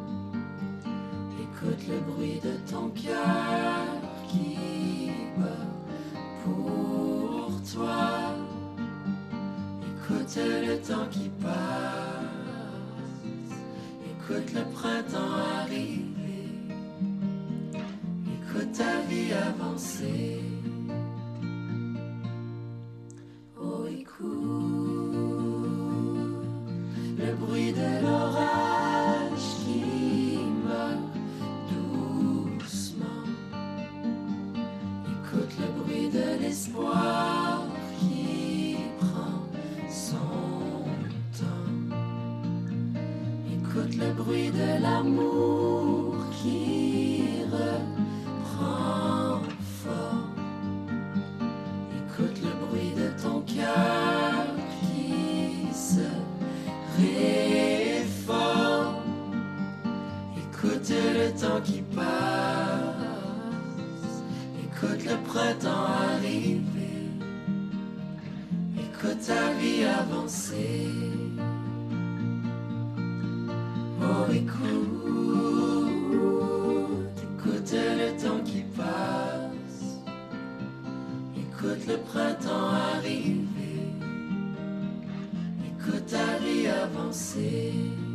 S5: Écoute le bruit de ton cœur qui bat pour toi. Écoute le temps qui passe. Écoute le printemps arriver. Écoute ta vie avancer. Oh, écoute le bruit de l'orage qui meurt doucement. Écoute le bruit de l'espoir qui prend son temps. Écoute le bruit de l'amour qui reprend forme. Écoute le bruit de ton cœur
S6: Écoute le printemps arriver, écoute ta vie avancer. Oh, écoute, écoute le temps qui passe, écoute le printemps arriver, écoute ta vie avancer.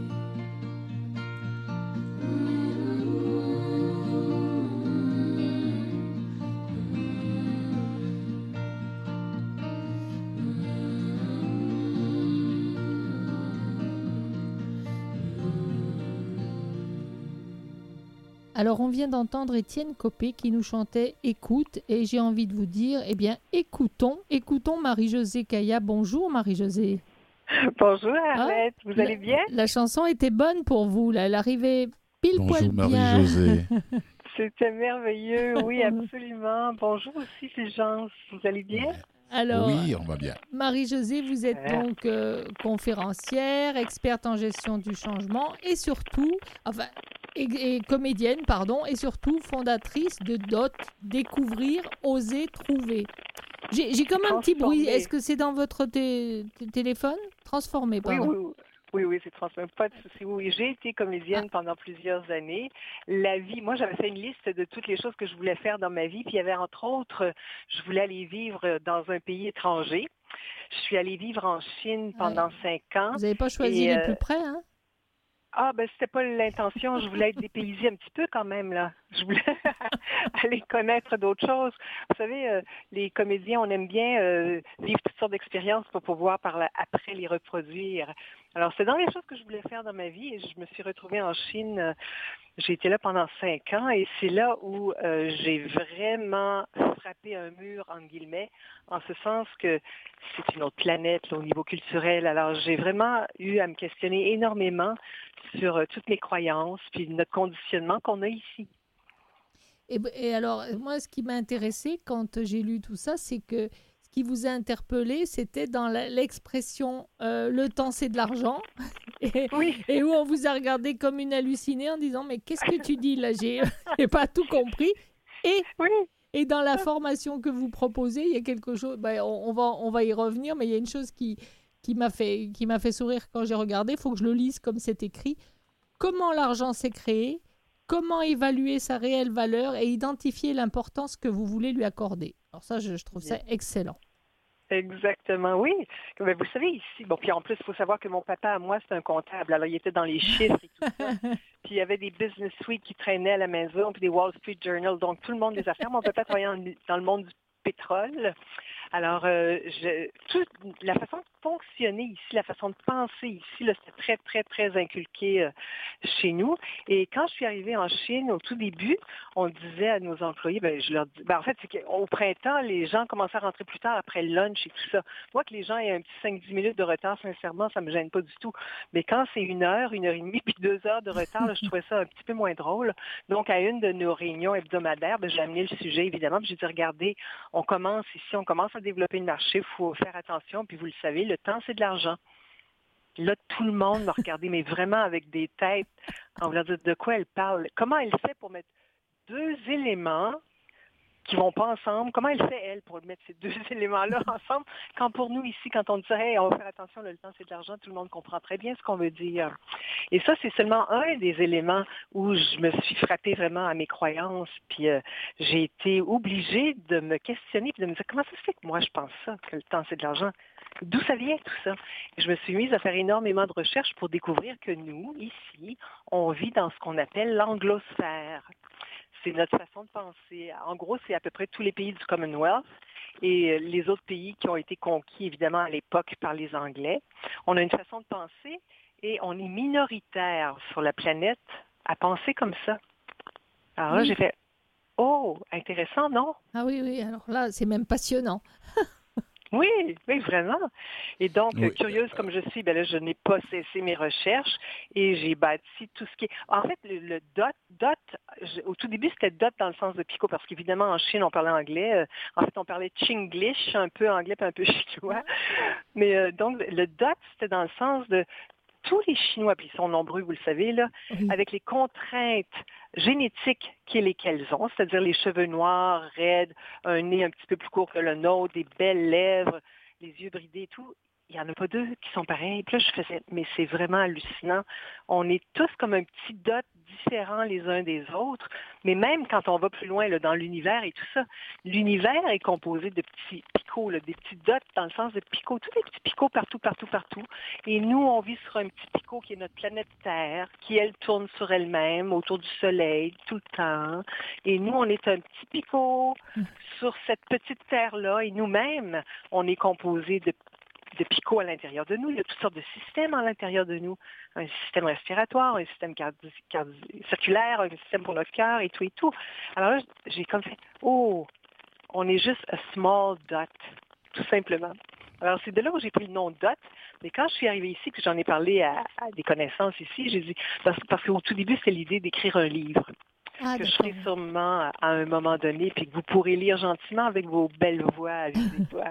S2: Alors, on vient d'entendre Étienne Copé qui nous chantait « Écoute » et j'ai envie de vous dire, eh bien, écoutons, écoutons Marie-Josée Caya. Bonjour Marie-Josée.
S9: Bonjour Arlette,
S2: Ah,
S9: vous
S2: la,
S9: allez bien?
S2: La chanson était bonne pour vous, là. Elle arrivait pile
S1: Bonjour
S2: poil bien.
S1: Marie-Josée.
S9: C'était merveilleux, oui, absolument. Bonjour aussi Fulgence, vous allez bien?
S2: Alors,
S1: oui, on va bien.
S2: Marie-Josée, vous êtes
S9: Ouais.
S2: donc euh, conférencière, experte en gestion du changement et surtout, enfin, et, et comédienne, pardon, et surtout fondatrice de D O T, Découvrir, Oser, Trouver. J'ai j'ai comme un petit bruit.
S9: Transformer.
S2: Est-ce que c'est dans votre té- té- téléphone? Transformé,
S9: Oui,
S2: pardon.
S9: oui, oui. Oui, oui, c'est transformé. Pas de souci. Oui, j'ai été comédienne pendant plusieurs années. La vie, moi, j'avais fait une liste de toutes les choses que je voulais faire dans ma vie. Puis il y avait entre autres, je voulais aller vivre dans un pays étranger. Je suis allée vivre en Chine pendant cinq ans.
S2: Vous n'avez pas choisi
S9: Et,
S2: les
S9: euh,
S2: plus près, hein?
S9: Ah, ben, c'était pas l'intention. Je voulais être dépaysée un petit peu quand même, là. Je voulais aller connaître d'autres choses. Vous savez, euh, les comédiens, on aime bien euh, vivre toutes sortes d'expériences pour pouvoir par la- après les reproduire. Alors, c'est dans les choses que je voulais faire dans ma vie et je me suis retrouvée en Chine. euh, J'ai été là pendant cinq ans et c'est là où euh, j'ai vraiment frappé un mur, entre guillemets, en ce sens que c'est une autre planète là, au niveau culturel. Alors, j'ai vraiment eu à me questionner énormément sur euh, toutes mes croyances puis notre conditionnement qu'on a ici.
S2: Et, et alors, moi, ce qui m'a intéressé quand j'ai lu tout ça, c'est que ce qui vous a interpellé, c'était dans la- l'expression euh, le temps, c'est de l'argent. Et,
S9: Oui.
S2: et où on vous a regardé comme une hallucinée en disant mais qu'est-ce que tu dis là? J'ai j'ai pas tout compris. Et,
S9: Oui.
S2: et dans la formation que vous proposez, il y a quelque chose. Ben, on, on va on va y revenir, mais il y a une chose qui qui m'a fait qui m'a fait sourire quand j'ai regardé. Il faut que je le lise comme c'est écrit. Comment l'argent s'est créé? Comment évaluer sa réelle valeur et identifier l'importance que vous voulez lui accorder. Alors ça, je, je trouve ça excellent.
S9: Exactement, oui. Mais vous savez, ici, bon, puis en plus, il faut savoir que mon papa, à moi, c'est un comptable. Alors, il était dans les chiffres et tout ça. Puis, il y avait des business suites qui traînaient à la maison, puis des Wall Street Journal. Donc, tout le monde des affaires. Mon papa travaillait en- dans le monde du pétrole. Alors, euh, je, toute la façon de fonctionner ici, la façon de penser ici, là, c'était très, très, très inculqué euh, chez nous. Et quand je suis arrivée en Chine, au tout début, on disait à nos employés, ben, je leur dis, ben, en fait, c'est qu'au printemps, les gens commençaient à rentrer plus tard après le lunch et tout ça. Moi, que les gens aient un petit cinq dix minutes de retard, sincèrement, ça me gêne pas du tout. Mais quand c'est une heure, une heure et demie, puis deux heures de retard, là, je trouvais ça un petit peu moins drôle. Donc, à une de nos réunions hebdomadaires, ben, j'ai amené le sujet, évidemment, puis j'ai dit, regardez, on commence ici, on commence à développer le marché, il faut faire attention, puis vous le savez, le temps, c'est de l'argent. Là, tout le monde m'a regardé, mais vraiment avec des têtes, en voulant dire de quoi elle parle. Comment elle fait pour mettre deux éléments qui vont pas ensemble? Comment elle fait, elle, pour mettre ces deux éléments-là ensemble? Quand pour nous, ici, quand on dirait, hey, on va faire attention, là, le temps, c'est de l'argent, tout le monde comprend très bien ce qu'on veut dire. Et ça, c'est seulement un des éléments où je me suis frappée vraiment à mes croyances, puis euh, j'ai été obligée de me questionner, puis de me dire, comment ça se fait que moi, je pense ça, que le temps, c'est de l'argent? D'où ça vient tout ça? Et je me suis mise à faire énormément de recherches pour découvrir que nous, ici, on vit dans ce qu'on appelle l'anglosphère. C'est notre façon de penser. En gros, c'est à peu près tous les pays du Commonwealth et les autres pays qui ont été conquis, évidemment, à l'époque par les Anglais. On a une façon de penser et on est minoritaire sur la planète à penser comme ça. Alors là,
S2: Oui.
S9: j'ai fait, oh, intéressant, non?
S2: Ah oui, oui, alors là, c'est même passionnant.
S9: Oui, oui, vraiment. Et donc,
S1: Oui.
S9: euh, curieuse comme je suis, ben là, je n'ai pas cessé mes recherches et j'ai bâti tout ce qui est... En fait, le, le dot, dot je- au tout début, c'était dot dans le sens de picot, parce qu'évidemment, en Chine, on parlait anglais. Euh, en fait, on parlait chinglish, un peu anglais, puis un peu chinois. Mais euh, donc, le dot, c'était dans le sens de tous les Chinois, puis ils sont nombreux, vous le savez, là,
S2: Oui.
S9: avec les contraintes génétiques qu'ils- qu'elles ont, c'est-à-dire les cheveux noirs, raides, un nez un petit peu plus court que le nôtre, des belles lèvres, les yeux bridés et tout, il n'y en a pas deux qui sont pareils. Puis là, je faisais, mais c'est vraiment hallucinant. On est tous comme un petit dot différents les uns des autres, mais même quand on va plus loin là, dans l'univers et tout ça, l'univers est composé de petits picots, là, des petits dots dans le sens de picots, tous des petits picots partout, partout, partout. Et nous, on vit sur un petit picot qui est notre planète Terre, qui, elle, tourne sur elle-même, autour du Soleil, tout le temps. Et nous, on est un petit picot sur cette petite Terre-là, et nous-mêmes, on est composé de de picots à l'intérieur de nous. Il y a toutes sortes de systèmes à l'intérieur de nous. Un système respiratoire, un système cardi- cardi- circulaire, un système pour notre cœur et tout et tout. Alors là, j'ai comme fait, oh, on est juste a small dot, tout simplement. Alors c'est de là où j'ai pris le nom dot. Mais quand je suis arrivée ici, que j'en ai parlé à, à des connaissances ici, j'ai dit, parce, parce qu'au tout début, c'était l'idée d'écrire un livre.
S2: Ah,
S9: que je
S2: d'accord.
S9: ferai sûrement à, à un moment donné, puis que vous pourrez lire gentiment avec vos belles voix à voix.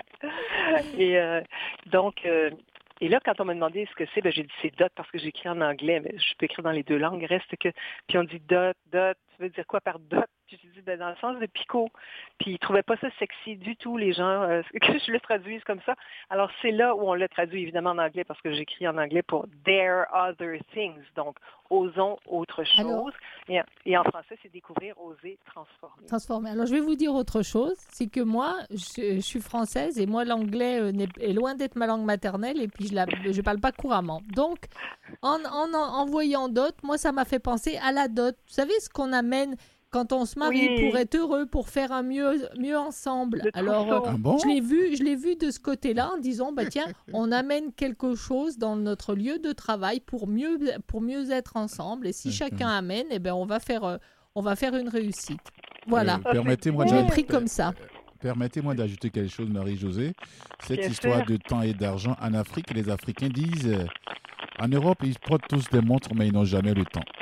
S9: Et euh, donc, euh, et là, quand on m'a demandé ce que c'est, ben, j'ai dit c'est dot parce que j'écris en anglais, mais je peux écrire dans les deux langues. Reste que, puis on dit dot, dot, tu veux dire quoi par dot? Puis j'ai dit, ben, dans le sens de picot. Puis ils trouvaient pas ça sexy du tout, les gens, euh, que je le traduise comme ça. Alors c'est là où on le traduit évidemment en anglais parce que j'écris en anglais pour Dare Other Things, donc osons autre chose.
S2: Alors,
S9: et, et en français, c'est découvrir, oser, transformer.
S2: transformer. Alors, je vais vous dire autre chose, c'est que moi, je, je suis française et moi, l'anglais euh, n'est- est loin d'être ma langue maternelle et puis je ne parle pas couramment. Donc, en, en, en voyant dot, moi, ça m'a fait penser à la dot. Vous savez ce qu'on amène quand on se marie
S9: Oui.
S2: pour être heureux, pour faire un mieux, mieux ensemble.
S9: Le
S2: Alors,
S9: trousseau.
S2: euh,
S1: Ah bon?
S2: je l'ai vu, je l'ai vu de ce côté-là en disant, bah tiens, on amène quelque chose dans notre lieu de travail pour mieux, pour mieux être ensemble. Et si
S1: D'accord.
S2: chacun amène, eh ben, on va faire, euh, on va faire une réussite. Voilà.
S1: Euh, permettez-moi
S2: Je l'ai
S1: d'aj-
S2: pris comme ça.
S1: Permettez-moi d'ajouter quelque chose, Marie-Josée. Cette
S9: Bien
S1: histoire
S9: sûr.
S1: de temps et d'argent en Afrique, les Africains disent, euh, en Europe, ils portent tous des montres, mais ils n'ont jamais le temps.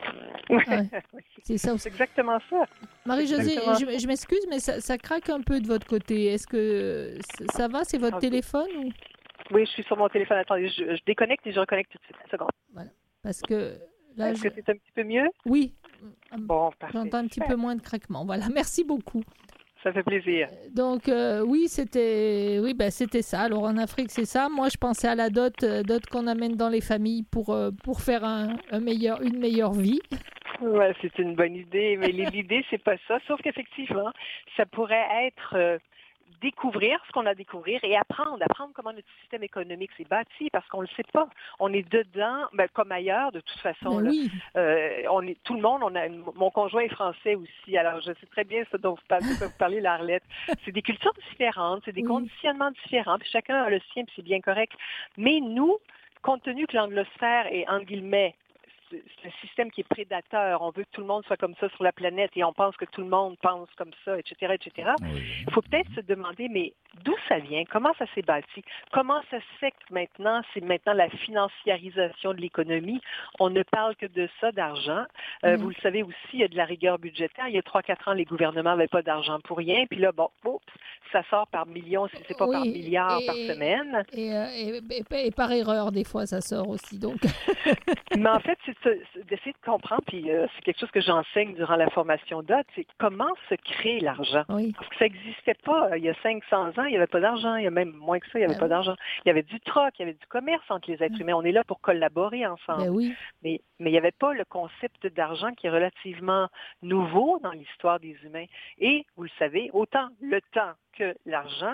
S2: Ouais. C'est ça aussi.
S9: C'est exactement ça.
S2: Marie-Josée,
S9: Exactement.
S2: je, je m'excuse, mais ça, ça craque un peu de votre côté. Est-ce que c- ça va? C'est votre
S9: Ah,
S2: téléphone ou...
S9: Oui, je suis sur mon téléphone. Attendez, je, je déconnecte et je reconnecte tout de suite. Une seconde.
S2: Parce que là,
S9: Est-ce
S2: je...
S9: que c'est un petit peu mieux?
S2: oui,
S9: Bon, parfait.
S2: j'entends un petit
S9: Super.
S2: peu moins de craquement. Voilà, merci beaucoup.
S9: Ça fait plaisir.
S2: Donc euh, oui, c'était oui, ben, c'était ça. Alors en Afrique, c'est ça. Moi, je pensais à la dot, euh, dot qu'on amène dans les familles pour, euh, pour faire un, un meilleur, une meilleure vie.
S9: Ouais, c'est une bonne idée, mais l'idée, c'est pas ça. Sauf qu'effectivement, ça pourrait être euh, découvrir ce qu'on a à découvrir et apprendre, apprendre comment notre système économique s'est bâti, parce qu'on ne le sait pas. On est dedans, ben, comme ailleurs, de toute façon.
S2: Ben
S9: là.
S2: oui,
S9: Euh, on est tout le monde. On a mon conjoint est français aussi, alors je sais très bien ce dont vous parlez, de quoi vous parlez, l'Arlette. C'est des cultures différentes, c'est des
S2: Oui.
S9: conditionnements différents, puis chacun a le sien, puis c'est bien correct. Mais nous, compte tenu que l'anglosphère est entre guillemets c'est c'est un système qui est prédateur. On veut que tout le monde soit comme ça sur la planète et on pense que tout le monde pense comme ça, et cetera, et cetera.
S1: Oui.
S9: Il faut peut-être se demander, mais d'où ça vient? Comment ça s'est bâti? Comment ça se fait que maintenant, c'est maintenant la financiarisation de l'économie? On ne parle que de ça, d'argent. Euh,
S2: Mhm.
S9: Vous le savez aussi, il y a de la rigueur budgétaire. Il y a trois, quatre ans, les gouvernements n'avaient pas d'argent pour rien. Puis là, bon, oups, ça sort par millions, si c'est pas par
S2: Oui,
S9: milliards
S2: et-
S9: par semaine.
S2: et, euh, et, et- et par erreur, des fois, ça sort aussi. Donc,
S9: Mais en fait, c'est de se- c'est d'essayer de comprendre, puis euh, c'est quelque chose que j'enseigne durant la formation D O T, c'est comment se crée l'argent.
S2: oui.
S9: Parce que ça n'existait pas. euh, Il y a cinq cents ans, il n'y avait pas d'argent. Il y a même moins que ça, il n'y avait
S2: Ben
S9: pas
S2: oui.
S9: d'argent. Il y avait du troc, il y avait du commerce entre les êtres humains. On est là pour collaborer ensemble.
S2: Ben oui.
S9: Mais, mais il n'y avait pas le concept d'argent qui est relativement nouveau dans l'histoire des humains. Et, vous le savez, autant le temps que l'argent,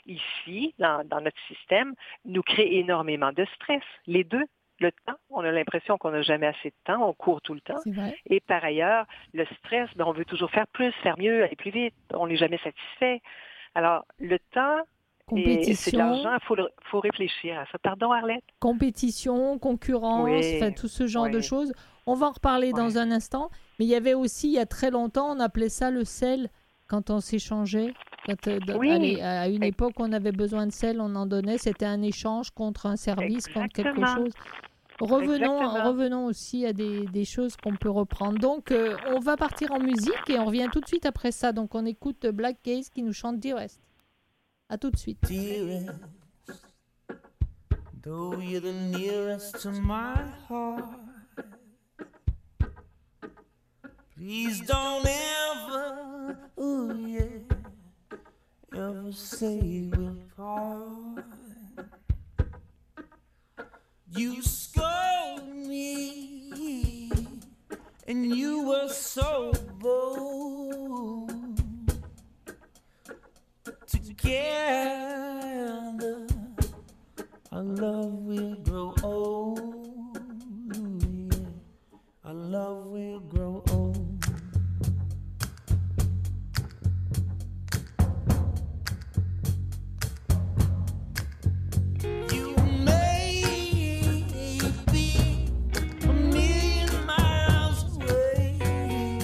S9: ici, dans, dans notre système, nous crée énormément de stress. Les deux. Le temps, on a l'impression qu'on n'a jamais assez de temps, on court tout le temps.
S2: C'est vrai.
S9: Et par ailleurs, le stress, ben, on veut toujours faire plus, faire mieux, aller plus vite. On n'est jamais satisfait. Alors, le temps et c'est de
S2: Compétition,
S9: l'argent, il faut, le- faut réfléchir à ça. Pardon, Arlette?
S2: compétition, concurrence,
S9: Oui,
S2: enfin, tout ce genre de
S9: oui.
S2: choses. On va en reparler dans
S9: Ouais.
S2: un instant. Mais il y avait aussi, il y a très longtemps, on appelait ça le sel quand on s'échangeait. Quand, euh, dans-
S9: Oui.
S2: allez, à une
S9: Ex-
S2: époque, on avait besoin de sel, on en donnait. C'était un échange contre un service, contre quelque
S9: Exactement.
S2: chose. Revenons,
S9: Exactement.
S2: revenons aussi à des, des choses qu'on peut reprendre. Donc, euh, on va partir en musique et on revient tout de suite après ça. Donc, on écoute Black Gaze qui nous chante Dearest. À tout de suite.
S6: Dearest,
S10: Though you're the nearest to my heart, please don't ever, ooh yeah, ever say we'll part. You scold me, and you were so bold. Together, our love will grow old. Yeah. Our love will grow old. You may be a million miles away.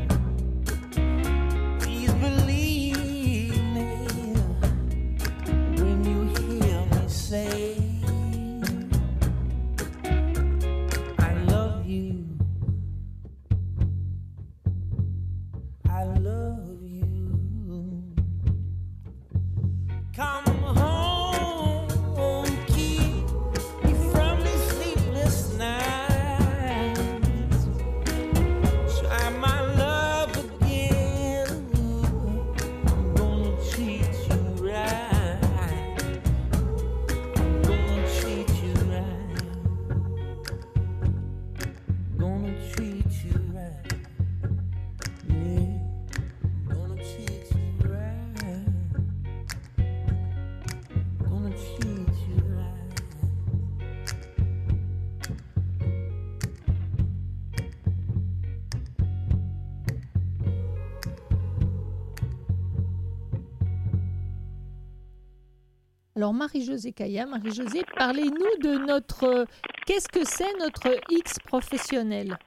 S10: Please believe me when you hear me say I love you. I love you. Come home, keep me from these sleepless nights. Try my love again. I'm gonna treat you right. I'm gonna treat you right. Gonna treat you right. Yeah. Gonna treat you right. Gonna treat you right.
S2: Alors Marie-Josée Caya, Marie-Josée, parlez-nous de notre... euh, Qu'est-ce que c'est notre X professionnel?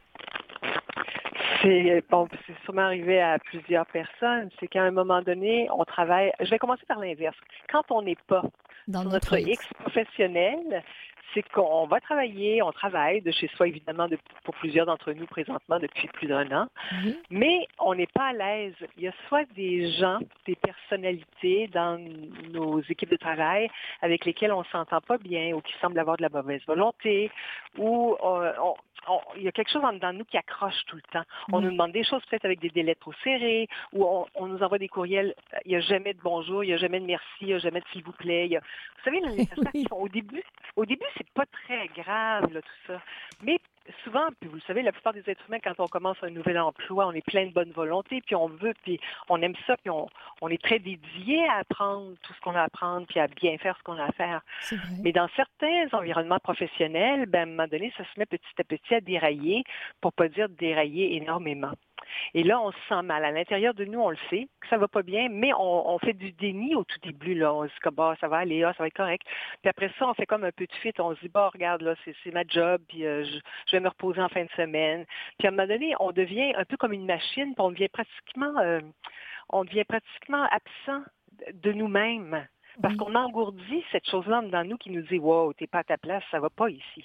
S9: C'est bon, c'est sûrement arrivé à plusieurs personnes. C'est qu'à un moment donné, on travaille. Je vais commencer par l'inverse. Quand on n'est pas
S2: Dans
S9: sur
S2: notre
S9: notre
S2: X.
S9: X professionnel, c'est qu'on va travailler, on travaille de chez soi, évidemment, de- pour plusieurs d'entre nous présentement depuis plus d'un an,
S2: Oui.
S9: mais on n'est pas à l'aise. Il y a soit des gens, des personnalités dans nos équipes de travail avec lesquelles on ne s'entend pas bien ou qui semblent avoir de la mauvaise volonté, ou euh, on- on- il y a quelque chose en dedans de nous qui accroche tout le temps. On
S2: Oui.
S9: nous demande des choses peut-être avec des délais trop serrés, ou on, on nous envoie des courriels, il n'y a jamais de bonjour, il n'y a jamais de merci, il n'y a jamais de s'il vous plaît. Il y a- Vous savez, là, les affaires qui sont au début, au début, c'est pas très grave, là, tout ça. Mais souvent, puis vous le savez, la plupart des êtres humains, quand on commence un nouvel emploi, on est plein de bonne volonté, puis on veut, puis on aime ça, puis on, on est très dédié à apprendre tout ce qu'on a à apprendre, puis à bien faire ce qu'on a à faire.
S2: C'est vrai.
S9: Mais dans certains environnements professionnels, ben, à un moment donné, ça se met petit à petit à dérailler, pour pas dire dérailler énormément. Et là, on se sent mal. À l'intérieur de nous, on le sait, que ça va pas bien, mais on, on fait du déni au tout début. Là. On se dit que bah, ça va aller, ah, ça va être correct. Puis après ça, on fait comme un peu de fuite. On se dit, bah, regarde, là, c'est, c'est ma job, puis euh, je, je vais me reposer en fin de semaine. Puis à un moment donné, on devient un peu comme une machine, puis on devient pratiquement, euh, on devient pratiquement absent de nous-mêmes. Parce
S2: Oui.
S9: qu'on engourdit cette chose-là dans nous qui nous dit, wow, t'es pas à ta place, ça va pas ici.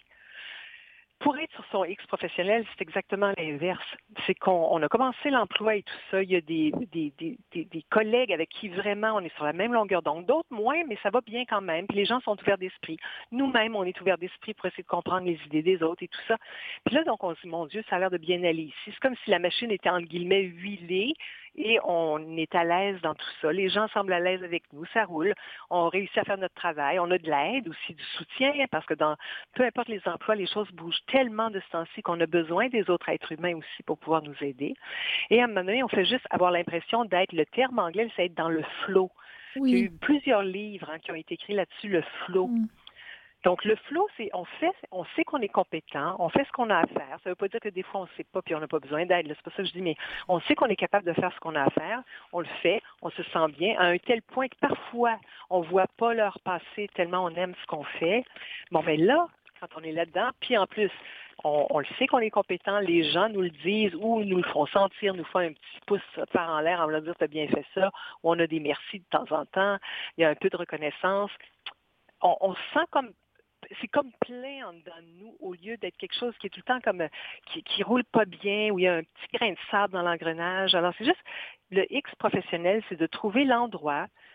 S9: Pour être sur son X professionnel, c'est exactement l'inverse. C'est qu'on on a commencé l'emploi et tout ça. Il y a des, des, des, des, des collègues avec qui vraiment on est sur la même longueur d'onde. D'autres moins, mais ça va bien quand même. Puis les gens sont ouverts d'esprit. Nous-mêmes, on est ouverts d'esprit pour essayer de comprendre les idées des autres et tout ça. Puis là, donc, on se dit, mon Dieu, ça a l'air de bien aller ici. C'est comme si la machine était, entre guillemets, huilée et on est à l'aise dans tout ça. Les gens semblent à l'aise avec nous, ça roule. On réussit à faire notre travail. On a de l'aide aussi, du soutien, parce que dans peu importe les emplois, les choses bougent tellement de ce temps-ci qu'on a besoin des autres êtres humains aussi pour pouvoir nous aider. Et à un moment donné, on fait juste avoir l'impression d'être, le terme anglais, c'est être dans le flow.
S2: Oui.
S9: Il y a eu plusieurs livres hein, qui ont été écrits là-dessus, le flow.
S2: Mm.
S9: Donc, le flow, c'est on fait, on sait qu'on est compétent, on fait ce qu'on a à faire. Ça ne veut pas dire que des fois, on ne sait pas puis on n'a pas besoin d'aide. là. C'est pas ça que je dis, mais on sait qu'on est capable de faire ce qu'on a à faire. On le fait, on se sent bien, à un tel point que parfois, on ne voit pas l'heure passer tellement on aime ce qu'on fait. Bon, ben là, quand on est là-dedans, puis en plus, on, on le sait qu'on est compétent, les gens nous le disent ou nous le font sentir, nous font un petit pouce par en l'air en voulant dire « t'as bien fait ça », ou on a des merci de temps en temps, il y a un peu de reconnaissance. On, on se sent comme c'est comme plein en dedans de nous au lieu d'être quelque chose qui est tout le temps comme qui, qui roule pas bien, où il y a un petit grain de sable dans l'engrenage. Alors c'est juste le X professionnel, c'est de trouver l'endroit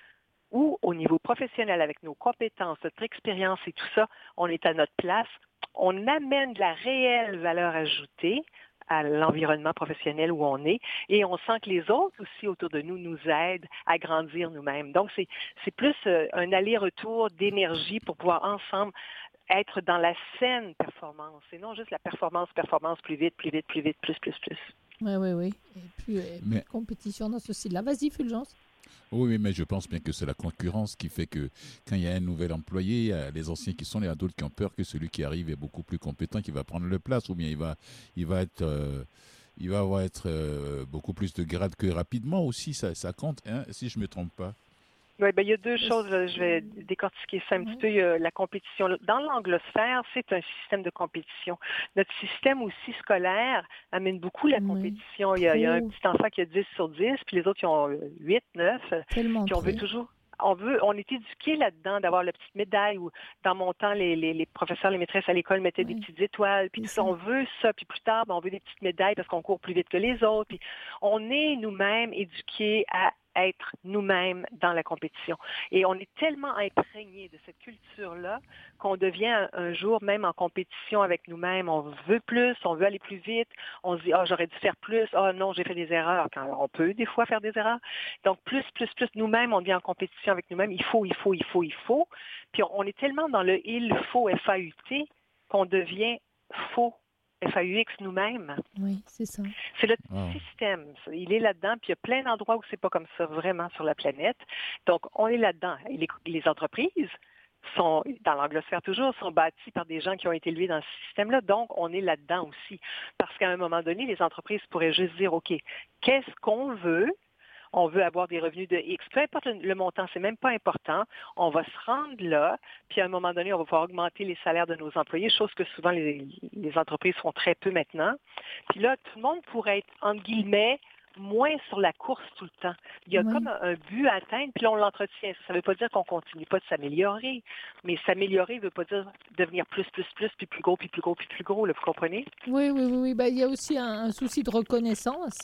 S9: ou au niveau professionnel, avec nos compétences, notre expérience et tout ça, on est à notre place, on amène de la réelle valeur ajoutée à l'environnement professionnel où on est, et on sent que les autres aussi autour de nous nous aident à grandir nous-mêmes. Donc, c'est, c'est plus euh, un aller-retour d'énergie pour pouvoir ensemble être dans la saine performance, et non juste la performance, performance, plus vite, plus vite, plus vite, plus, plus, plus.
S2: Oui, oui, oui. Et puis, euh,
S1: Mais-
S2: compétition dans ce style-là. Vas-y, Fulgence.
S1: Oui, mais je pense bien que c'est la concurrence qui fait que quand il y a un nouvel employé, il y a les anciens qui sont les adultes qui ont peur que celui qui arrive est beaucoup plus compétent, qui va prendre le place, ou bien il va, il va être, euh, il va avoir être euh, beaucoup plus de grade que rapidement aussi. Ça, ça compte, hein, si je me trompe pas.
S9: Oui, ben, il y a deux choses, là, je vais décortiquer ça un petit peu. Il y a la compétition. Dans l'anglosphère, c'est un système de compétition. Notre système aussi scolaire amène beaucoup la
S2: Oui.
S9: compétition. Il y, a, il y a un
S2: Trop.
S9: petit enfant qui a dix sur dix, puis les autres qui ont huit, neuf,
S2: Tellement
S9: puis on veut
S2: trop.
S9: toujours... On veut, on est éduqué là-dedans d'avoir la petite médaille, ou dans mon temps, les, les, les professeurs, les maîtresses à l'école mettaient
S2: Oui.
S9: des petites étoiles, puis
S2: C'est
S9: tout ça,
S2: ça.
S9: on veut ça, puis plus tard, ben, on veut des petites médailles parce qu'on court plus vite que les autres. Puis on est nous-mêmes éduqués à être nous-mêmes dans la compétition. Et on est tellement imprégné de cette culture-là qu'on devient un, un jour même en compétition avec nous-mêmes. On veut plus, on veut aller plus vite. On se dit, ah, j'aurais dû faire plus. Ah, non, j'ai fait des erreurs. Quand on peut des fois faire des erreurs. Donc, plus, plus, plus, nous-mêmes, on devient en compétition avec nous-mêmes. Il faut, il faut, il faut, il faut. Puis on, on est tellement dans le il faut, F A U T, qu'on devient faux, F A U X nous-mêmes.
S2: Oui, c'est ça.
S9: C'est le
S1: Wow.
S9: système. Il est là-dedans, puis il y a plein d'endroits où c'est pas comme ça vraiment sur la planète. Donc, on est là-dedans. Et les, les entreprises sont, dans l'anglosphère toujours, sont bâties par des gens qui ont été élevés dans ce système-là. Donc, on est là-dedans aussi. Parce qu'à un moment donné, les entreprises pourraient juste dire, OK, qu'est-ce qu'on veut? On veut avoir des revenus de X. Peu importe le, le montant, c'est même pas important. On va se rendre là, puis à un moment donné, on va pouvoir augmenter les salaires de nos employés, chose que souvent les, les entreprises font très peu maintenant. Puis là, tout le monde pourrait être, entre guillemets, moins sur la course tout le temps. Il y a
S2: Oui.
S9: comme un, un but à atteindre, puis là, on l'entretient. Ça ne veut pas dire qu'on continue pas de s'améliorer, mais s'améliorer ne veut pas dire devenir plus, plus, plus, puis plus gros, puis plus gros, puis plus gros, là, vous comprenez?
S2: Oui, oui, oui. oui. Ben, il y a aussi un, un souci de reconnaissance.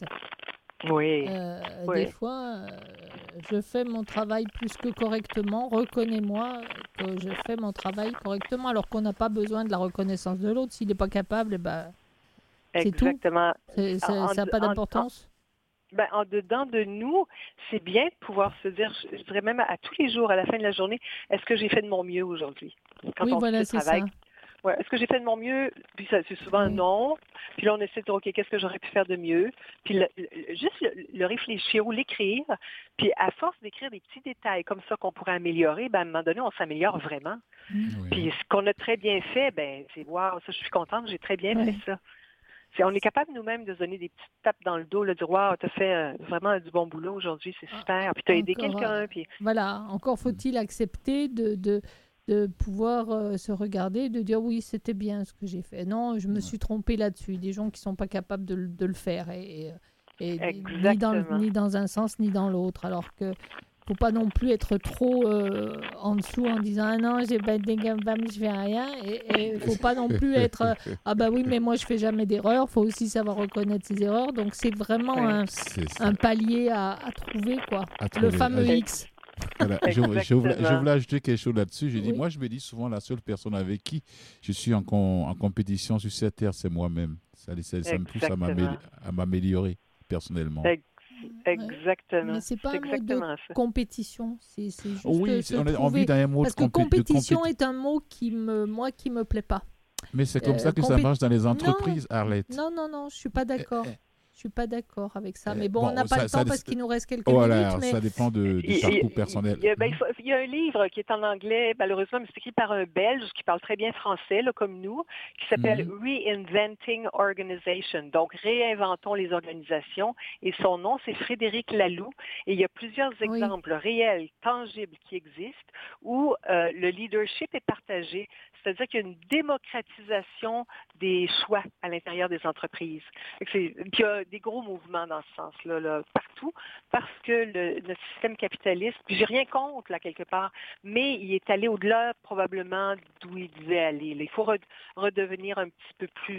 S9: Oui.
S2: Euh,
S9: Oui.
S2: Des fois, euh, je fais mon travail plus que correctement. Reconnais-moi que je fais mon travail correctement, alors qu'on n'a pas besoin de la reconnaissance de l'autre. S'il n'est pas capable, eh ben, c'est tout.
S9: Exactement.
S2: C'est- c'est-
S9: En-
S2: ça n'a pas
S9: en-
S2: d'importance.
S9: Ben, en dedans de nous, c'est bien de pouvoir se dire, je je dirais même à tous les jours, à la fin de la journée, est-ce que j'ai fait de mon mieux aujourd'hui? Quand
S2: Oui,
S9: on
S2: voilà,
S9: quitte le
S2: c'est
S9: travail.
S2: ça.
S9: Ouais, est-ce que j'ai fait de mon mieux? Puis ça, c'est souvent
S2: Oui.
S9: non. Puis là, on essaie de dire, OK, qu'est-ce que j'aurais pu faire de mieux? Puis le- le- juste le, le réfléchir ou l'écrire. Puis à force d'écrire des petits détails comme ça qu'on pourrait améliorer, ben, à un moment donné, on s'améliore vraiment.
S2: Mm.
S1: Oui.
S9: Puis ce qu'on a très bien fait, ben, c'est wow, ça, je suis contente, j'ai très bien
S2: Ouais.
S9: fait ça. C'est- on est capable nous-mêmes de se donner des petites tapes dans le dos, là, de dire wow, t'as fait euh, vraiment du bon boulot aujourd'hui, c'est super. Puis t'as aidé
S2: Encore,
S9: quelqu'un.
S2: euh,
S9: Puis
S2: Voilà, encore faut-il accepter de, de, de pouvoir euh, se regarder, de dire oui, c'était bien ce que j'ai fait. Non, je me suis trompée là-dessus. Des gens qui ne sont pas capables de, le- de le faire, et, et, et ni, dans, le-
S9: Exactement.
S2: ni dans un sens ni dans l'autre. Alors que faut pas non plus être trop euh, en dessous en disant ah non, j'ai pas été capable, je fais rien. Et il faut pas non plus être euh, ah bah oui, mais moi je fais jamais d'erreur. Faut aussi savoir reconnaître ses erreurs. Donc c'est vraiment
S9: Ouais.
S2: un,
S1: C'est ça.
S2: un palier à, à trouver, quoi.
S1: À
S2: Le
S1: trouver.
S2: fameux
S1: Ah,
S2: X.
S1: Voilà. Je, je, voulais- je
S9: Exactement.
S1: voulais ajouter quelque chose là-dessus. Je dis,
S2: Oui.
S1: moi, je me dis souvent, la seule personne avec qui je suis en, con- en compétition sur cette terre, c'est moi-même. Ça, ça, ça me pousse à
S9: Exactement.
S1: m'amé- à m'améliorer personnellement.
S9: Ex- Exactement.
S2: Mais c'est pas un mot de
S9: exactement ça.
S2: compétition, c'est c'est juste
S1: Oui,
S2: euh,
S1: c'est-
S2: se
S1: on, est, on
S2: trouver-
S1: vit dans un mode
S2: Parce que
S1: compé- de
S2: compétition
S1: compéti-
S2: est un mot qui me, moi, qui me plaît pas.
S1: Mais c'est comme
S2: euh,
S1: ça que ça
S2: compé-
S1: marche dans les
S2: Non.
S1: entreprises, Arlette.
S2: Non, non, non, je suis pas d'accord.
S1: Eh, eh.
S2: Je suis pas d'accord avec ça.
S1: Eh,
S2: Mais bon,
S1: bon,
S2: on n'a pas
S1: ça-
S2: le
S1: ça-
S2: temps parce qu'il nous reste quelques
S1: Voilà,
S2: minutes. Mais
S1: ça dépend de, du
S9: Il-
S1: parcours
S9: il-
S1: personnel.
S9: Il y, a, ben, il faut- il y a un livre qui est en anglais, malheureusement, mais c'est écrit par un Belge qui parle très bien français, là, comme nous, qui s'appelle Reinventing Organization. Donc, réinventons les organisations. Et son nom, c'est Frédéric Laloux. Et il y a plusieurs
S2: Oui.
S9: exemples réels, tangibles qui existent où euh, le leadership est partagé. C'est-à-dire qu'il y a une démocratisation des choix à l'intérieur des entreprises. Fait que c'est- Puis il y a des gros mouvements dans ce sens-là, là, partout, parce que le, notre système capitaliste, puis j'ai rien contre, là, quelque part, mais il est allé au-delà, probablement, d'où il devait aller. Là. Il faut re- redevenir un petit peu plus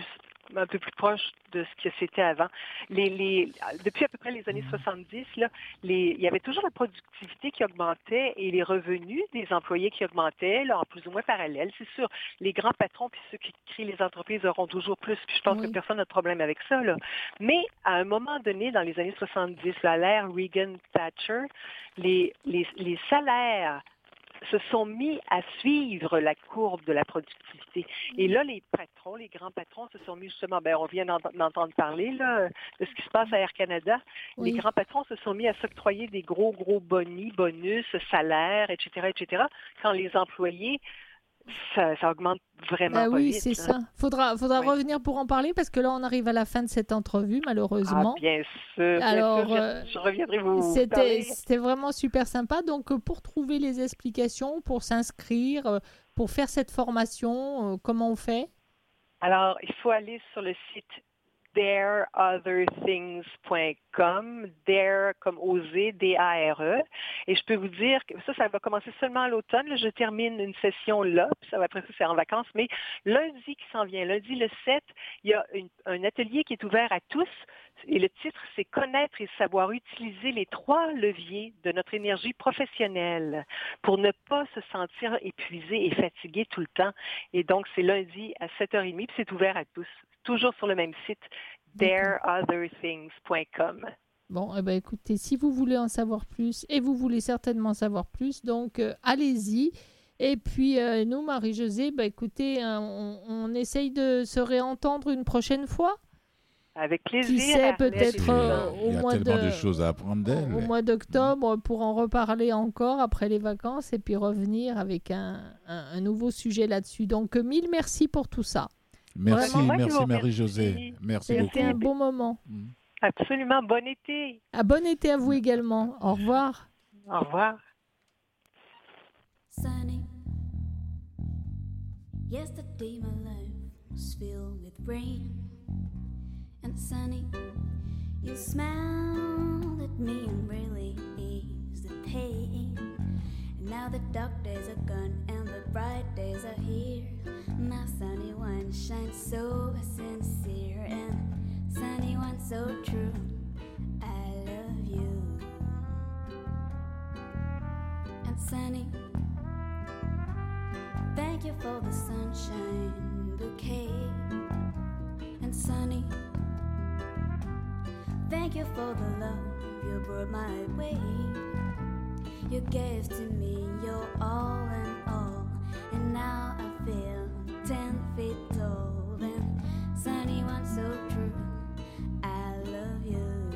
S9: un peu plus proche de ce que c'était avant. Les, les, depuis à peu près les années soixante-dix, là, les, il y avait toujours la productivité qui augmentait et les revenus des employés qui augmentaient, là, en plus ou moins parallèle. C'est sûr, les grands patrons puis ceux qui créent les entreprises auront toujours plus, puis je pense
S2: Oui.
S9: que personne n'a de problème avec ça, là. Mais à un moment donné, dans les années soixante-dix, à l'ère Reagan-Thatcher, les, les, les salaires se sont mis à suivre la courbe de la productivité. Et là, les patrons, les grands patrons se sont mis justement, ben, on vient d'ent- d'entendre parler là, de ce qui se passe à Air Canada.
S2: Oui.
S9: Les grands patrons se sont mis à s'octroyer des gros, gros bonis, bonus, salaires, et cetera, et cetera, quand les employés, ça, ça augmente vraiment
S2: Ah
S9: pas
S2: oui,
S9: vite.
S2: c'est
S9: là.
S2: ça. Faudra, faudra
S9: Oui.
S2: revenir pour en parler parce que là, on arrive à la fin de cette entrevue, malheureusement.
S9: Ah, bien sûr, bien
S2: Alors,
S9: sûr, je,
S2: euh,
S9: je reviendrai vous
S2: C'était,
S9: parler.
S2: c'était vraiment super sympa. Donc, euh, pour trouver les explications, pour s'inscrire, euh, pour faire cette formation, euh, comment on fait?
S9: Alors, il faut aller sur le site dare other things point com, dare comme oser, D A R E. Et je peux vous dire que ça, ça va commencer seulement à l'automne. Là, je termine une session là, puis ça va, après ça, c'est en vacances. Mais lundi qui s'en vient, lundi le sept, il y a une- un atelier qui est ouvert à tous. Et le titre, c'est Connaître et savoir utiliser les trois leviers de notre énergie professionnelle pour ne pas se sentir épuisé et fatigué tout le temps. Et donc, c'est lundi à sept heures trente, puis c'est ouvert à tous. Toujours sur le même site, dare other things point com.
S2: Bon, eh ben, écoutez, si vous voulez en savoir plus, et vous voulez certainement savoir plus, donc euh, allez-y. Et puis, euh, nous, Marie-Josée, bah, écoutez, hein, on, on essaye de se réentendre une prochaine fois.
S9: Avec plaisir.
S2: Qui sait,
S9: Arlette,
S2: peut-être euh,
S1: Il
S2: au
S1: y a
S2: mois
S1: tellement
S2: de,
S1: de choses à apprendre d'elle.
S2: au mois d'octobre pour en reparler encore après les vacances et puis revenir avec un, un, un nouveau sujet là-dessus. Donc, euh, mille merci pour tout ça.
S1: Merci,
S2: Vraiment.
S1: merci Marie-Josée. Merci
S2: C'était
S1: beaucoup.
S2: un beau moment.
S9: Absolument. Bon été.
S2: Ah, bon été à vous également. Au revoir.
S9: Au revoir.
S11: Sunny. Yesterday my life was filled with rain. And sunny, you smiled at me and really eased the pain. And now the dark days are gone and the bright days are here. My sunny one shines so sincere and sunny one so true. I love you. And sunny, thank you for the sunshine bouquet. And sunny, thank you for the love you brought my way. You gave to me your all in all, and now I feel ten feet tall. And sunny one so true, I love you.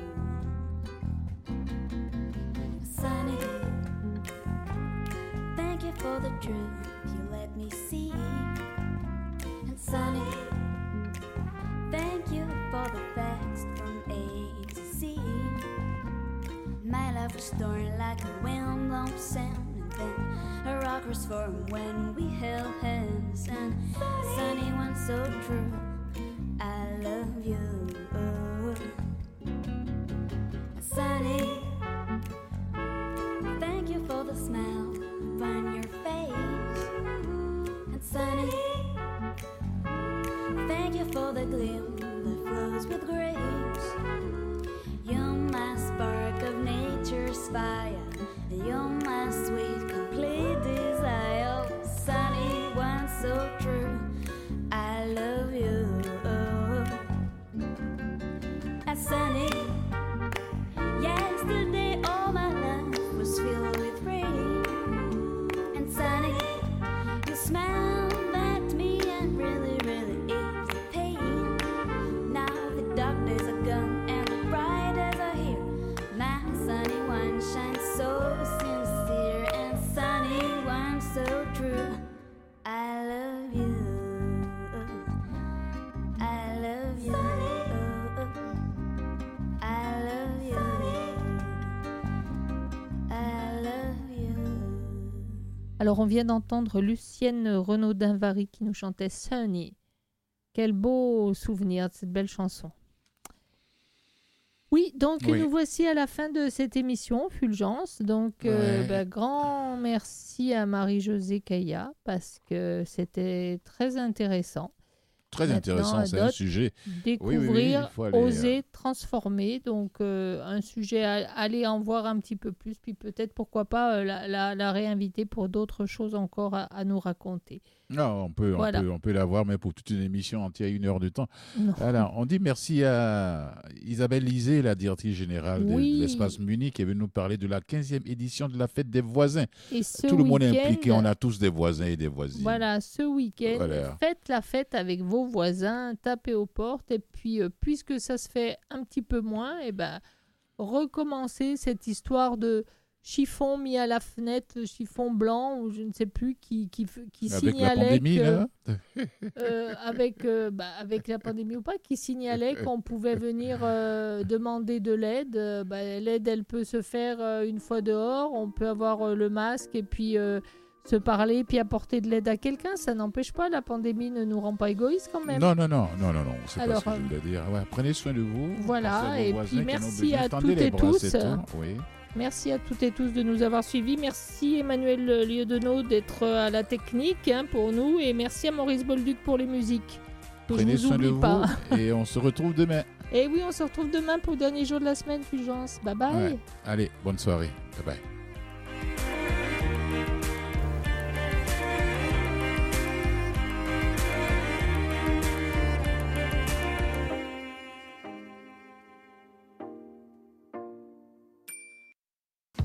S11: Sunny, thank you for the truth you let me see. And sunny, thank you for the facts from A to Z. My love was torn like a wind-blown sound, and then a rock was formed when we held hands. And sunny one so true, I love you. Sunny, thank you for the smile upon your face. And sunny, thank you for the gleam that flows with grace. You're my spark of nature's fire. You're my sweet, complete desire. Sunny one so true, I love you. And sunny, yesterday all my life was filled with rain. And sunny, you smiled at me and really, really eased the pain. Now the dark days are gone and the bright days are here. My sunny one shines so sincere and sunny one so true. I love you. I love you. I love you. I love you.
S2: Alors, on vient d'entendre Lucienne Renaudin-Vary qui nous chantait Sunny. Quel beau souvenir de cette belle chanson. Oui, donc
S1: Oui.
S2: nous voici à la fin de cette émission, Fulgence. Donc, euh,
S1: Ouais.
S2: bah, grand merci à Marie-Josée Caillat parce que c'était très intéressant.
S1: Très
S2: maintenant
S1: intéressant,
S2: à
S1: c'est un
S2: Dot,
S1: sujet.
S2: découvrir,
S1: Oui, oui, oui, il faut aller,
S2: oser,
S1: euh,
S2: transformer. Donc, euh, un sujet, à, aller en voir un petit peu plus, puis peut-être, pourquoi pas, euh, la, la, la réinviter pour d'autres choses encore à, à nous raconter.
S1: Non, on peut,
S2: Voilà.
S1: on peut, on peut l'avoir, mais pour toute une émission entière, une heure de temps.
S2: Non.
S1: Alors, on dit merci à Isabelle Lisée, la directrice générale de,
S2: Oui.
S1: de l'espace Munich, qui est venue nous parler de la quinzième édition de la fête des voisins.
S2: Et ce
S1: Tout le monde est
S2: week-end-
S1: impliqué, on a tous des voisins et des voisines.
S2: Voilà, ce week-end,
S1: Voilà.
S2: faites la fête avec vos voisins, tapez aux portes, et puis, euh, puisque ça se fait un petit peu moins, et ben, recommencez cette histoire de chiffon mis à la fenêtre, chiffon blanc, ou je ne sais plus, qui, qui, f- qui
S1: Avec la
S2: signalait
S1: pandémie,
S2: que-
S1: là
S2: euh, avec, euh, bah, avec la pandémie ou pas, qui signalait qu'on pouvait venir euh, demander de l'aide. Euh, bah, l'aide, elle peut se faire euh, une fois dehors, on peut avoir euh, le masque et puis euh, se parler, puis apporter de l'aide à quelqu'un. Ça n'empêche pas, la pandémie ne nous rend pas égoïstes quand même.
S1: Non, non, non, non, non, non, c'est pas
S2: Alors,
S1: ce que je voulais dire. Ouais, prenez soin de vous.
S2: Voilà,
S1: pensez à vos
S2: et
S1: voisins
S2: puis
S1: qui en ont
S2: merci
S1: besoin.
S2: à
S1: Tendez
S2: toutes
S1: les
S2: et
S1: bras,
S2: tous.
S1: c'est tout. Oui.
S2: Merci à toutes et tous de nous avoir suivis. Merci Emmanuel Lieudenot d'être à la technique hein, pour nous. Et merci à Maurice Bolduc pour les musiques. Que
S1: Prenez
S2: je vous
S1: soin de
S2: oublie
S1: vous
S2: pas.
S1: et on se retrouve demain.
S2: Et oui, on se retrouve demain pour le dernier jour de la semaine, Fulgence. Bye bye.
S1: Ouais. Allez, bonne soirée. Bye bye.